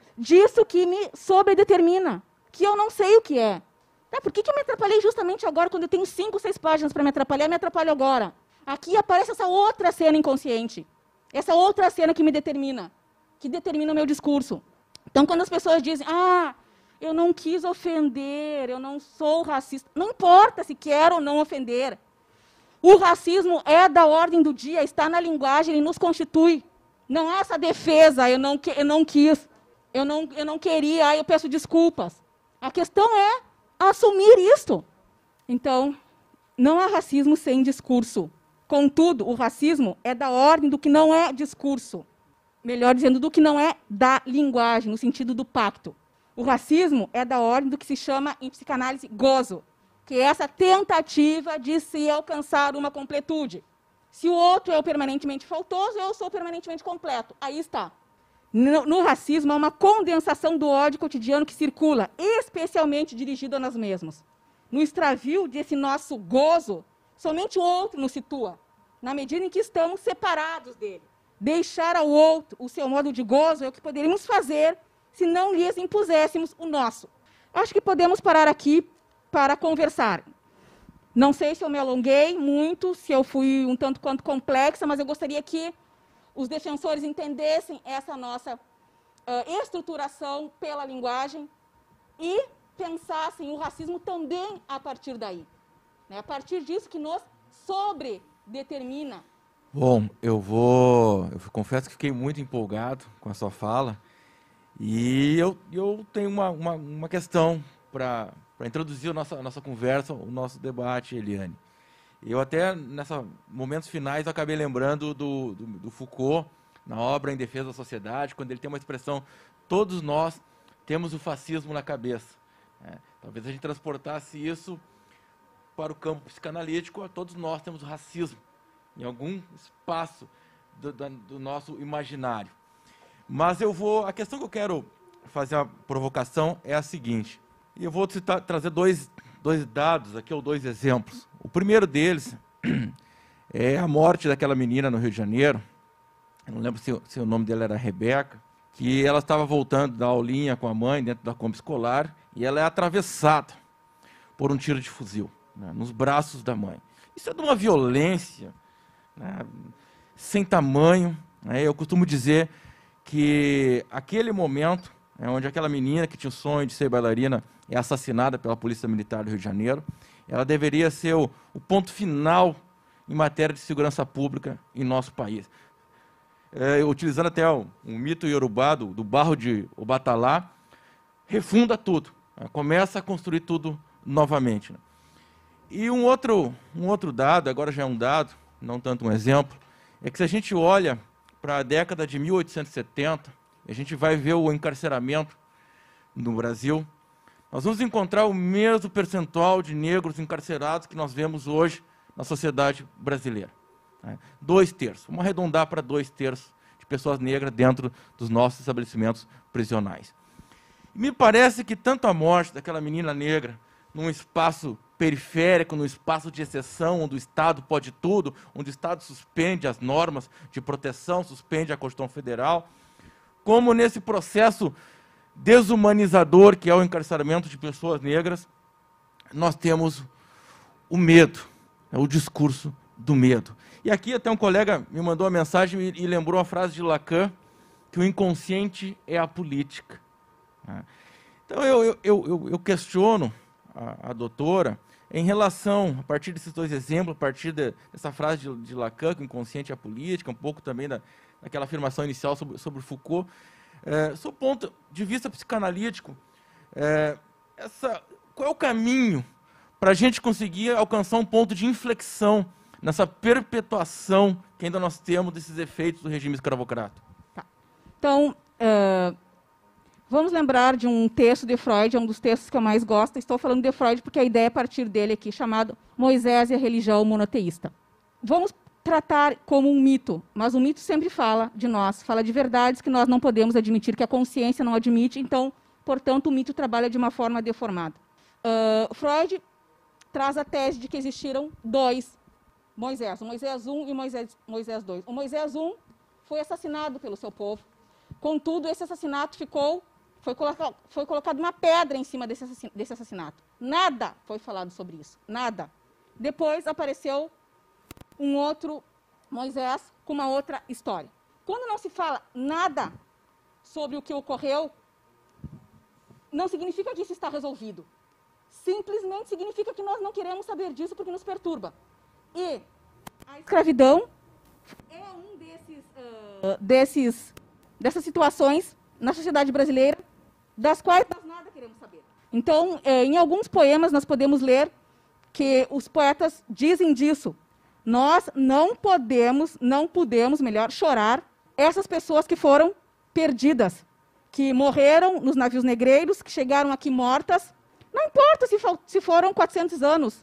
disso que me sobredetermina, que eu não sei o que é. Por que eu me atrapalhei justamente agora, quando eu tenho 5, 6 páginas para me atrapalho agora? Aqui aparece essa outra cena inconsciente, essa outra cena que me determina, que determina o meu discurso. Então, quando as pessoas dizem, eu não quis ofender, eu não sou racista, não importa se quero ou não ofender. O racismo é da ordem do dia, está na linguagem, ele nos constitui. Não é essa defesa, eu não quis, eu não queria, eu peço desculpas. A questão é assumir isto. Então, não há racismo sem discurso. Contudo, o racismo é da ordem do que não é discurso. Melhor dizendo, do que não é da linguagem, no sentido do pacto. O racismo é da ordem do que se chama, em psicanálise, gozo, que é essa tentativa de se alcançar uma completude. Se o outro é o permanentemente faltoso, eu sou permanentemente completo. Aí está. No racismo, há uma condensação do ódio cotidiano que circula, especialmente dirigido a nós mesmos. No extravio desse nosso gozo, somente o outro nos situa, na medida em que estamos separados dele. Deixar ao outro o seu modo de gozo é o que poderíamos fazer se não lhes impuséssemos o nosso. Acho que podemos parar aqui para conversar. Não sei se eu me alonguei muito, se eu fui um tanto quanto complexa, mas eu gostaria que os defensores entendessem essa nossa estruturação pela linguagem e pensassem o racismo também a partir daí. Né? A partir disso que nos sobredetermina. Bom, eu confesso que fiquei muito empolgado com a sua fala e eu tenho uma questão para introduzir a nossa conversa, o nosso debate, Eliane. Eu até, nesses momentos finais, eu acabei lembrando do Foucault, na obra Em Defesa da Sociedade, quando ele tem uma expressão, todos nós temos o fascismo na cabeça. Talvez a gente transportasse isso para o campo psicanalítico, todos nós temos o racismo, em algum espaço do nosso imaginário. Mas a questão que eu quero fazer a provocação é a seguinte, e eu vou trazer dois dados aqui, ou 2 exemplos. O primeiro deles é a morte daquela menina no Rio de Janeiro, eu não lembro se o nome dela era Rebeca, que ela estava voltando da aulinha com a mãe dentro da Kombi escolar, e ela é atravessada por um tiro de fuzil, né, nos braços da mãe. Isso é de uma violência, né, sem tamanho. Né, eu costumo dizer que aquele momento, onde aquela menina que tinha o sonho de ser bailarina é assassinada pela Polícia Militar do Rio de Janeiro, ela deveria ser o ponto final em matéria de segurança pública em nosso país. Utilizando até um mito iorubá do barro de Obatalá, refunda tudo, começa a construir tudo novamente. Né? E um outro dado, agora já é um dado, não tanto um exemplo, é que se a gente olha para a década de 1870, a gente vai ver o encarceramento no Brasil, nós vamos encontrar o mesmo percentual de negros encarcerados que nós vemos hoje na sociedade brasileira. 2/3, vamos arredondar para 2/3 de pessoas negras dentro dos nossos estabelecimentos prisionais. E me parece que tanto a morte daquela menina negra num espaço periférico, num espaço de exceção, onde o Estado pode tudo, onde o Estado suspende as normas de proteção, suspende a Constituição Federal, como nesse processo desumanizador que é o encarceramento de pessoas negras, nós temos o medo, o discurso do medo. E aqui até um colega me mandou uma mensagem e lembrou a frase de Lacan, que o inconsciente é a política. Então eu questiono a doutora em relação, a partir desses 2 exemplos, a partir dessa frase de Lacan, que o inconsciente é a política, um pouco também daquela afirmação inicial sobre Foucault, sob o ponto de vista psicanalítico, qual é o caminho para a gente conseguir alcançar um ponto de inflexão nessa perpetuação que ainda nós temos desses efeitos do regime escravocrata? Tá. Então, vamos lembrar de um texto de Freud, é um dos textos que eu mais gosto. Estou falando de Freud porque a ideia é a partir dele aqui, chamado Moisés e a Religião Monoteísta. Vamos tratar como um mito, mas o mito sempre fala de nós, fala de verdades que nós não podemos admitir, que a consciência não admite, então, portanto, o mito trabalha de uma forma deformada. Freud traz a tese de que existiram 2 Moisés, o Moisés 1 e o Moisés 2. O Moisés 1 foi assassinado pelo seu povo, contudo, esse assassinato ficou foi colocada uma pedra em cima desse assassinato. Nada foi falado sobre isso, nada. Depois apareceu um outro Moisés com uma outra história. Quando não se fala nada sobre o que ocorreu, não significa que isso está resolvido. Simplesmente significa que nós não queremos saber disso porque nos perturba. E a escravidão é um dessas situações na sociedade brasileira das quais nós nada queremos saber. Então, em alguns poemas nós podemos ler que os poetas dizem disso. Nós não pudemos, melhor, chorar essas pessoas que foram perdidas, que morreram nos navios negreiros, que chegaram aqui mortas. Não importa se foram 400 anos.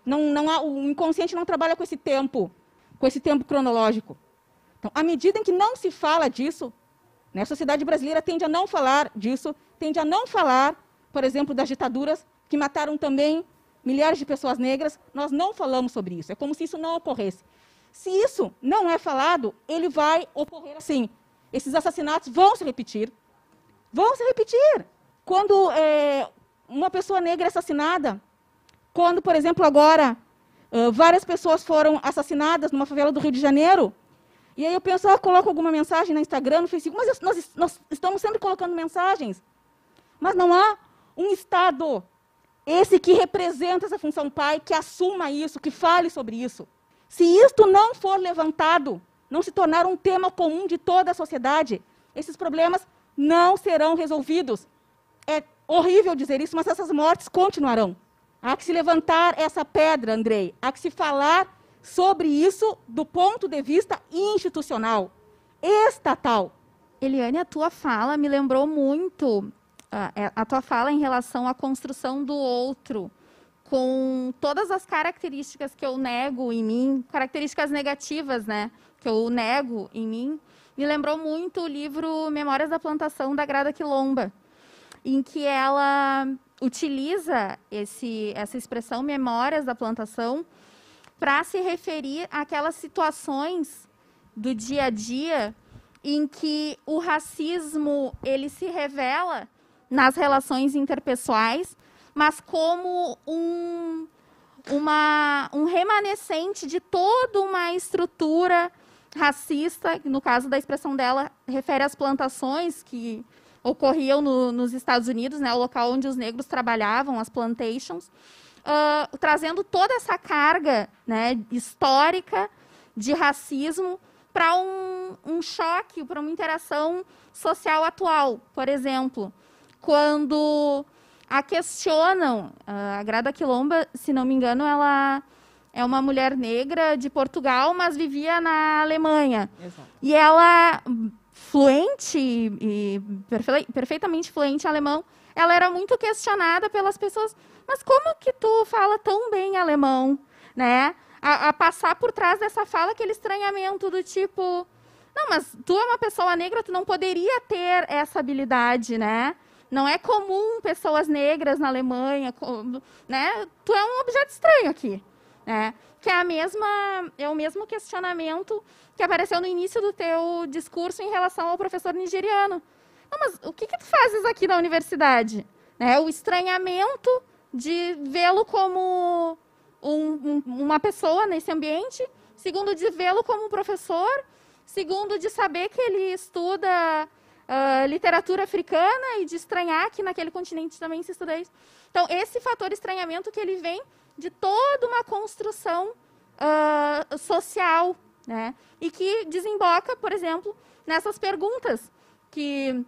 O inconsciente não trabalha com esse tempo cronológico. Então, à medida em que não se fala disso, né, a sociedade brasileira tende a não falar disso, tende a não falar, por exemplo, das ditaduras que mataram também milhares de pessoas negras. Nós não falamos sobre isso. É como se isso não ocorresse. Se isso não é falado, ele vai ocorrer assim. Esses assassinatos vão se repetir. Vão se repetir. Quando uma pessoa negra é assassinada, quando, por exemplo, agora, várias pessoas foram assassinadas numa favela do Rio de Janeiro, e aí eu penso, coloco alguma mensagem no Instagram, no Facebook, mas nós estamos sempre colocando mensagens. Mas não há um Estado, esse que representa essa função pai, que assuma isso, que fale sobre isso. Se isto não for levantado, não se tornar um tema comum de toda a sociedade, esses problemas não serão resolvidos. É horrível dizer isso, mas essas mortes continuarão. Há que se levantar essa pedra, Andrei. Há que se falar sobre isso do ponto de vista institucional, estatal. Eliane, a tua fala me lembrou muito a tua fala em relação à construção do outro, com todas as características que eu nego em mim, características negativas, né, que eu nego em mim, me lembrou muito o livro Memórias da Plantação, da Grada Quilomba, em que ela utiliza essa expressão Memórias da Plantação para se referir àquelas situações do dia a dia em que o racismo ele se revela nas relações interpessoais, mas como um remanescente de toda uma estrutura racista, no caso da expressão dela, refere às plantações que ocorriam nos Estados Unidos, né, o local onde os negros trabalhavam, as plantations, trazendo toda essa carga, né, histórica de racismo para um choque, para uma interação social atual. Por exemplo, quando a questionam, a Grada Quilomba, se não me engano, ela é uma mulher negra de Portugal, mas vivia na Alemanha. Exato. E ela, fluente e perfeitamente fluente em alemão, ela era muito questionada pelas pessoas. Mas como que tu fala tão bem alemão, né? A passar por trás dessa fala aquele estranhamento do tipo, não, mas tu é uma pessoa negra, tu não poderia ter essa habilidade, né? Não é comum pessoas negras na Alemanha, né? Tu é um objeto estranho aqui, né? Que é o mesmo questionamento que apareceu no início do teu discurso em relação ao professor nigeriano. Não, mas o que tu fazes aqui na universidade? Né? O estranhamento de vê-lo como uma pessoa nesse ambiente, segundo, de vê-lo como um professor, segundo, de saber que ele estuda literatura africana e de estranhar que naquele continente também se estuda isso. Então, esse fator estranhamento que ele vem de toda uma construção social, né? E que desemboca, por exemplo, nessas perguntas que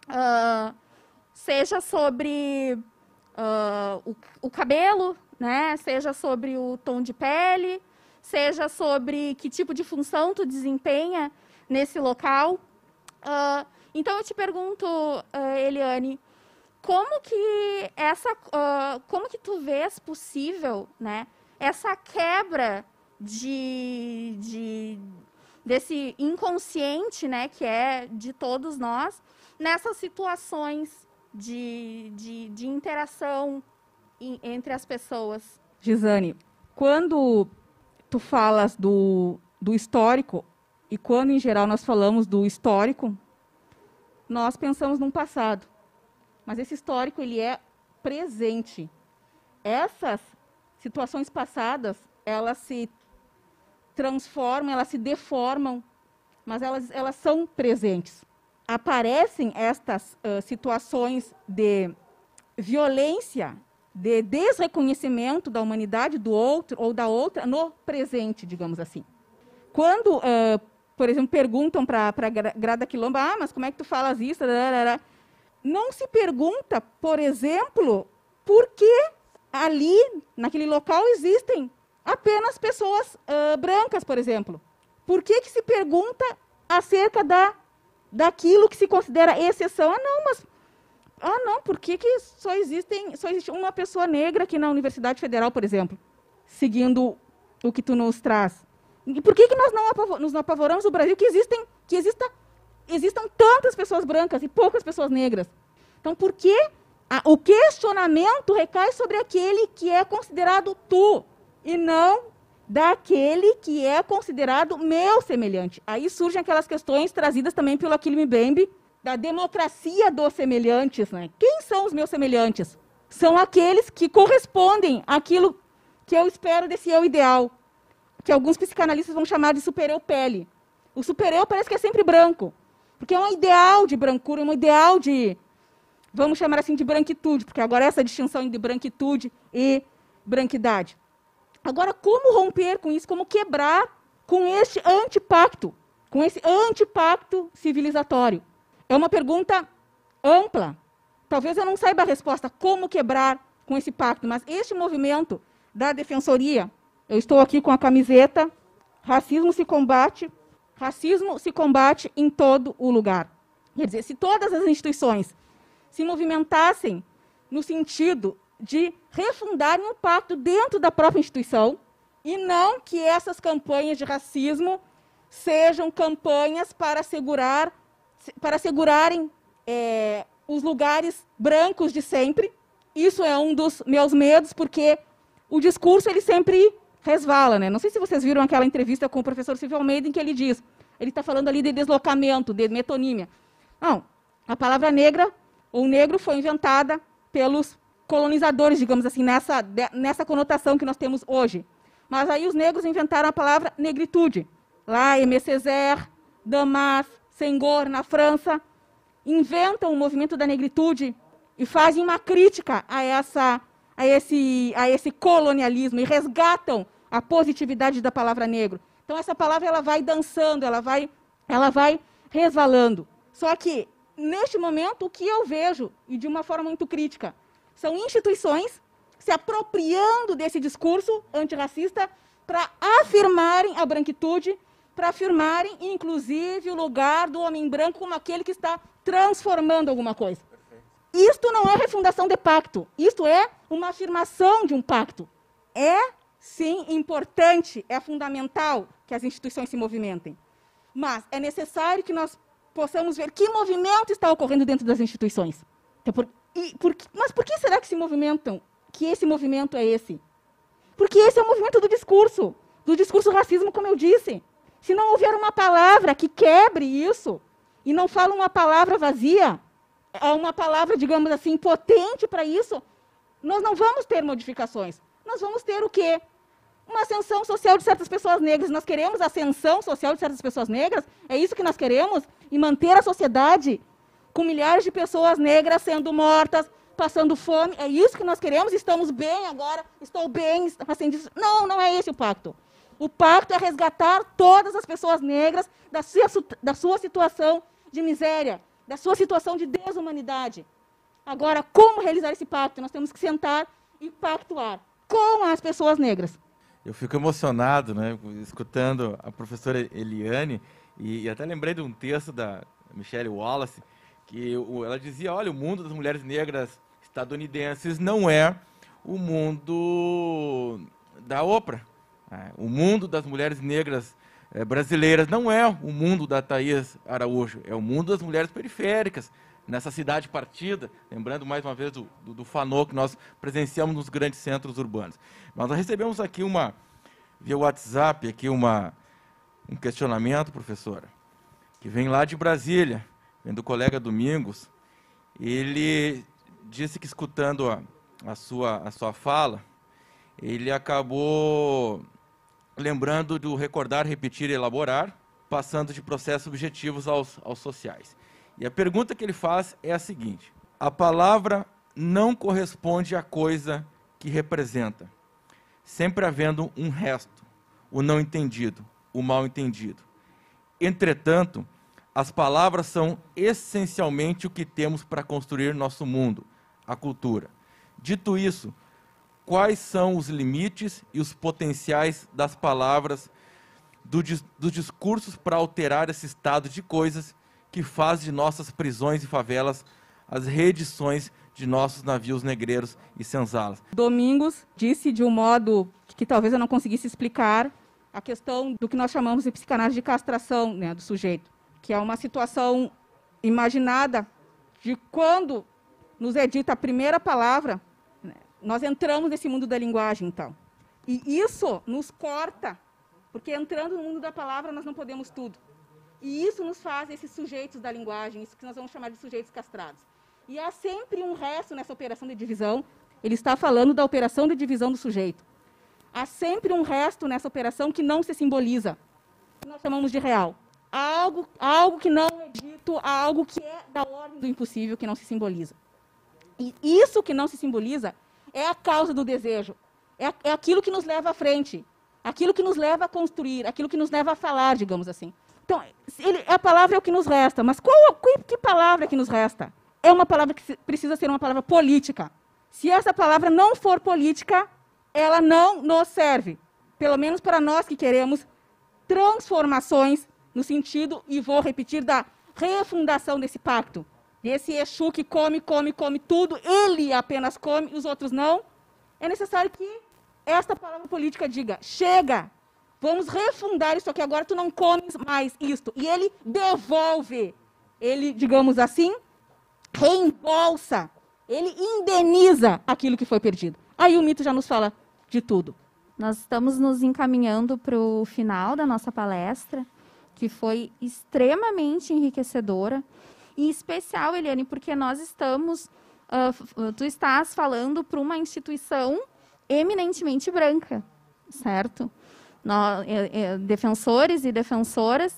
seja sobre o cabelo, né? Seja sobre o tom de pele, seja sobre que tipo de função tu desempenha nesse local. Então, eu te pergunto, Eliane, como que tu vês possível, né, essa quebra desse inconsciente, né, que é de todos nós, nessas situações de interação entre as pessoas? Gisane, quando tu falas do histórico, e quando, em geral, nós falamos do histórico, nós pensamos num passado. mas esse histórico ele é presente. Essas situações passadas, elas se transformam, elas se deformam, mas elas são presentes. Aparecem estas situações de violência, de desreconhecimento da humanidade do outro ou da outra no presente, digamos assim. Quando, por exemplo, perguntam para a Grada Quilomba, mas como é que tu falas isso? Não se pergunta, por exemplo, por que ali, naquele local, existem apenas pessoas brancas, por exemplo. Por que se pergunta acerca daquilo que se considera exceção? Por que só existe uma pessoa negra aqui na Universidade Federal, por exemplo, seguindo o que tu nos traz? E por que nós não nos apavoramos no Brasil que existam tantas pessoas brancas e poucas pessoas negras? Então, por que o questionamento recai sobre aquele que é considerado tu e não daquele que é considerado meu semelhante? Aí surgem aquelas questões trazidas também pelo Achille Mbembe, da democracia dos semelhantes. Né? Quem são os meus semelhantes? São aqueles que correspondem àquilo que eu espero desse eu ideal, que alguns psicanalistas vão chamar de super-eu pele. O super-eu parece que é sempre branco, porque é um ideal de brancura, é um ideal de, vamos chamar assim, de branquitude, porque agora essa distinção entre branquitude e branquidade. Agora, como romper com isso, como quebrar com este antipacto, com esse antipacto civilizatório? É uma pergunta ampla. Talvez eu não saiba a resposta, como quebrar com esse pacto, mas este movimento da Defensoria, eu estou aqui com a camiseta, racismo se combate em todo o lugar. Quer dizer, se todas as instituições se movimentassem no sentido de refundarem o pacto dentro da própria instituição, e não que essas campanhas de racismo sejam campanhas para assegurarem os lugares brancos de sempre. Isso é um dos meus medos, porque o discurso ele sempre resvala. Né? Não sei se vocês viram aquela entrevista com o professor Silvio Almeida, em que ele diz, ele está falando ali de deslocamento, de metonímia. Não, a palavra negra ou negro foi inventada pelos colonizadores, digamos assim, nessa conotação que nós temos hoje. Mas aí os negros inventaram a palavra negritude. Lá, Aimé Césaire, Damas, Senghor, na França, inventam o movimento da negritude e fazem uma crítica a esse colonialismo e resgatam a positividade da palavra negro. Então, essa palavra ela vai dançando, ela vai resvalando. Só que, neste momento, o que eu vejo, e de uma forma muito crítica, são instituições se apropriando desse discurso antirracista para afirmarem a branquitude, para afirmarem, inclusive, o lugar do homem branco como aquele que está transformando alguma coisa. Perfeito. Isto não é refundação de pacto, isto é uma afirmação de um pacto. É, sim, importante, é fundamental que as instituições se movimentem, mas é necessário que nós possamos ver que movimento está ocorrendo dentro das instituições. Mas por que será que se movimentam? Que esse movimento é esse? Porque esse é o movimento do discurso racismo, como eu disse. Se não houver uma palavra que quebre isso, e não fala uma palavra vazia, uma palavra, digamos assim, potente para isso, nós não vamos ter modificações. Nós vamos ter o quê? Uma ascensão social de certas pessoas negras. Nós queremos a ascensão social de certas pessoas negras? É isso que nós queremos? E manter a sociedade com milhares de pessoas negras sendo mortas, passando fome? É isso que nós queremos? Estamos bem agora? Estou bem? Assim, não, não é esse o pacto. O pacto é resgatar todas as pessoas negras da sua situação de miséria, da sua situação de desumanidade. Agora, como realizar esse pacto? Nós temos que sentar e pactuar com as pessoas negras. Eu fico emocionado, né, escutando a professora Eliane, e até lembrei de um texto da Michelle Wallace, que ela dizia, olha, o mundo das mulheres negras estadunidenses não é o mundo da Oprah. O mundo das mulheres negras brasileiras não é o mundo da Thaís Araújo, é o mundo das mulheres periféricas, nessa cidade partida, lembrando mais uma vez do Fanô que nós presenciamos nos grandes centros urbanos. Mas nós recebemos aqui via WhatsApp, aqui um questionamento, professora, que vem lá de Brasília, vem do colega Domingos. Ele disse que escutando a sua fala, ele acabou lembrando do recordar, repetir e elaborar, passando de processos objetivos aos sociais. E a pergunta que ele faz é a seguinte: a palavra não corresponde à coisa que representa, sempre havendo um resto, o não entendido, o mal entendido. Entretanto, as palavras são essencialmente o que temos para construir nosso mundo, a cultura. Dito isso, quais são os limites e os potenciais das palavras, dos discursos para alterar esse estado de coisas que faz de nossas prisões e favelas as reedições de nossos navios negreiros e senzalas? Domingos disse de um modo que talvez eu não conseguisse explicar a questão do que nós chamamos de psicanálise de castração, né, do sujeito, que é uma situação imaginada de quando nos é dita a primeira palavra, né, nós entramos nesse mundo da linguagem, então. E isso nos corta, porque entrando no mundo da palavra nós não podemos tudo. E isso nos faz esses sujeitos da linguagem, isso que nós vamos chamar de sujeitos castrados. E há sempre um resto nessa operação de divisão. Ele está falando da operação de divisão do sujeito. Há sempre um resto nessa operação que não se simboliza, que nós chamamos de real. Há algo que não é dito, há algo que é da ordem do impossível que não se simboliza. E isso que não se simboliza é a causa do desejo, é aquilo que nos leva à frente, aquilo que nos leva a construir, aquilo que nos leva a falar, digamos assim. Então, a palavra é o que nos resta, mas que palavra é que nos resta? É uma palavra que precisa ser uma palavra política. Se essa palavra não for política, ela não nos serve. Pelo menos para nós que queremos transformações no sentido, e vou repetir, da refundação desse pacto. Desse Exu que come tudo, ele apenas come e os outros não. É necessário que esta palavra política diga: chega, vamos refundar isso aqui, agora tu não comes mais isto. E ele devolve, ele, digamos assim, reembolsa, ele indeniza aquilo que foi perdido. Aí o mito já nos fala de tudo. Nós estamos nos encaminhando para o final da nossa palestra, que foi extremamente enriquecedora. Em especial, Eliane, porque nós estamos, tu estás falando para uma instituição eminentemente branca, certo? Nós, defensores e defensoras,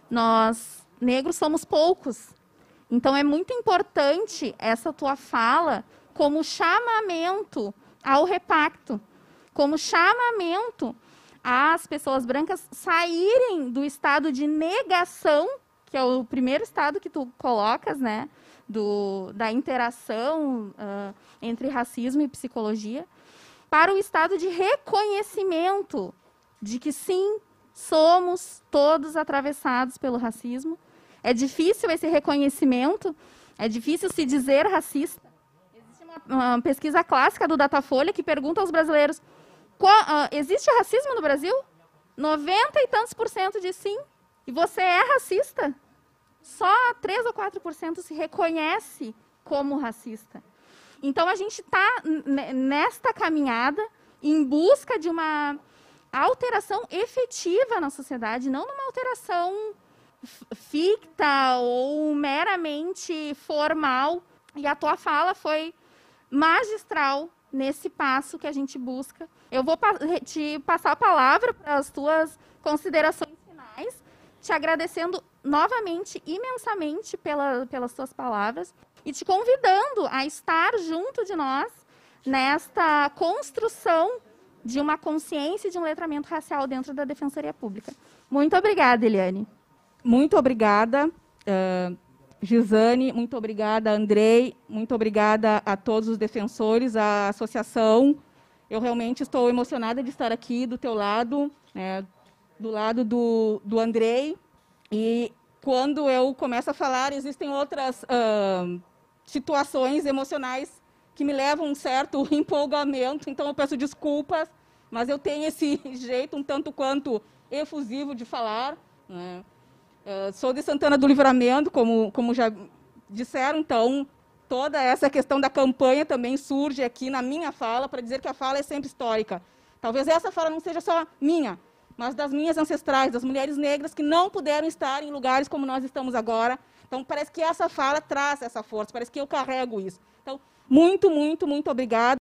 nós negros somos poucos. Então, é muito importante essa tua fala como chamamento ao repacto, como chamamento às pessoas brancas saírem do estado de negação, que é o primeiro estado que tu colocas, né, da interação entre racismo e psicologia, para o estado de reconhecimento de que, sim, somos todos atravessados pelo racismo. É difícil esse reconhecimento, é difícil se dizer racista. Existe uma pesquisa clássica do Datafolha que pergunta aos brasileiros: existe racismo no Brasil? 90 e tantos % diz sim. E você é racista? Só 3 ou 4% se reconhece como racista. Então, a gente está nesta caminhada em busca de uma alteração efetiva na sociedade, não numa alteração ficta ou meramente formal. E a tua fala foi magistral nesse passo que a gente busca. Eu vou te passar a palavra para as tuas considerações finais, te agradecendo novamente, imensamente, pelas tuas palavras e te convidando a estar junto de nós nesta construção de uma consciência e de um letramento racial dentro da Defensoria Pública. Muito obrigada, Eliane. Muito obrigada, Gisane, muito obrigada, Andrei, muito obrigada a todos os defensores, à associação. Eu realmente estou emocionada de estar aqui do teu lado, né, do lado do Andrei. E quando eu começo a falar, existem outras situações emocionais que me levam a um certo empolgamento, então eu peço desculpas, mas eu tenho esse jeito um tanto quanto efusivo de falar, né? Sou de Santana do Livramento, como já disseram, então toda essa questão da campanha também surge aqui na minha fala, para dizer que a fala é sempre histórica. Talvez essa fala não seja só minha, mas das minhas ancestrais, das mulheres negras que não puderam estar em lugares como nós estamos agora. Então, parece que essa fala traz essa força, parece que eu carrego isso. Então, Muito, muito, muito obrigada.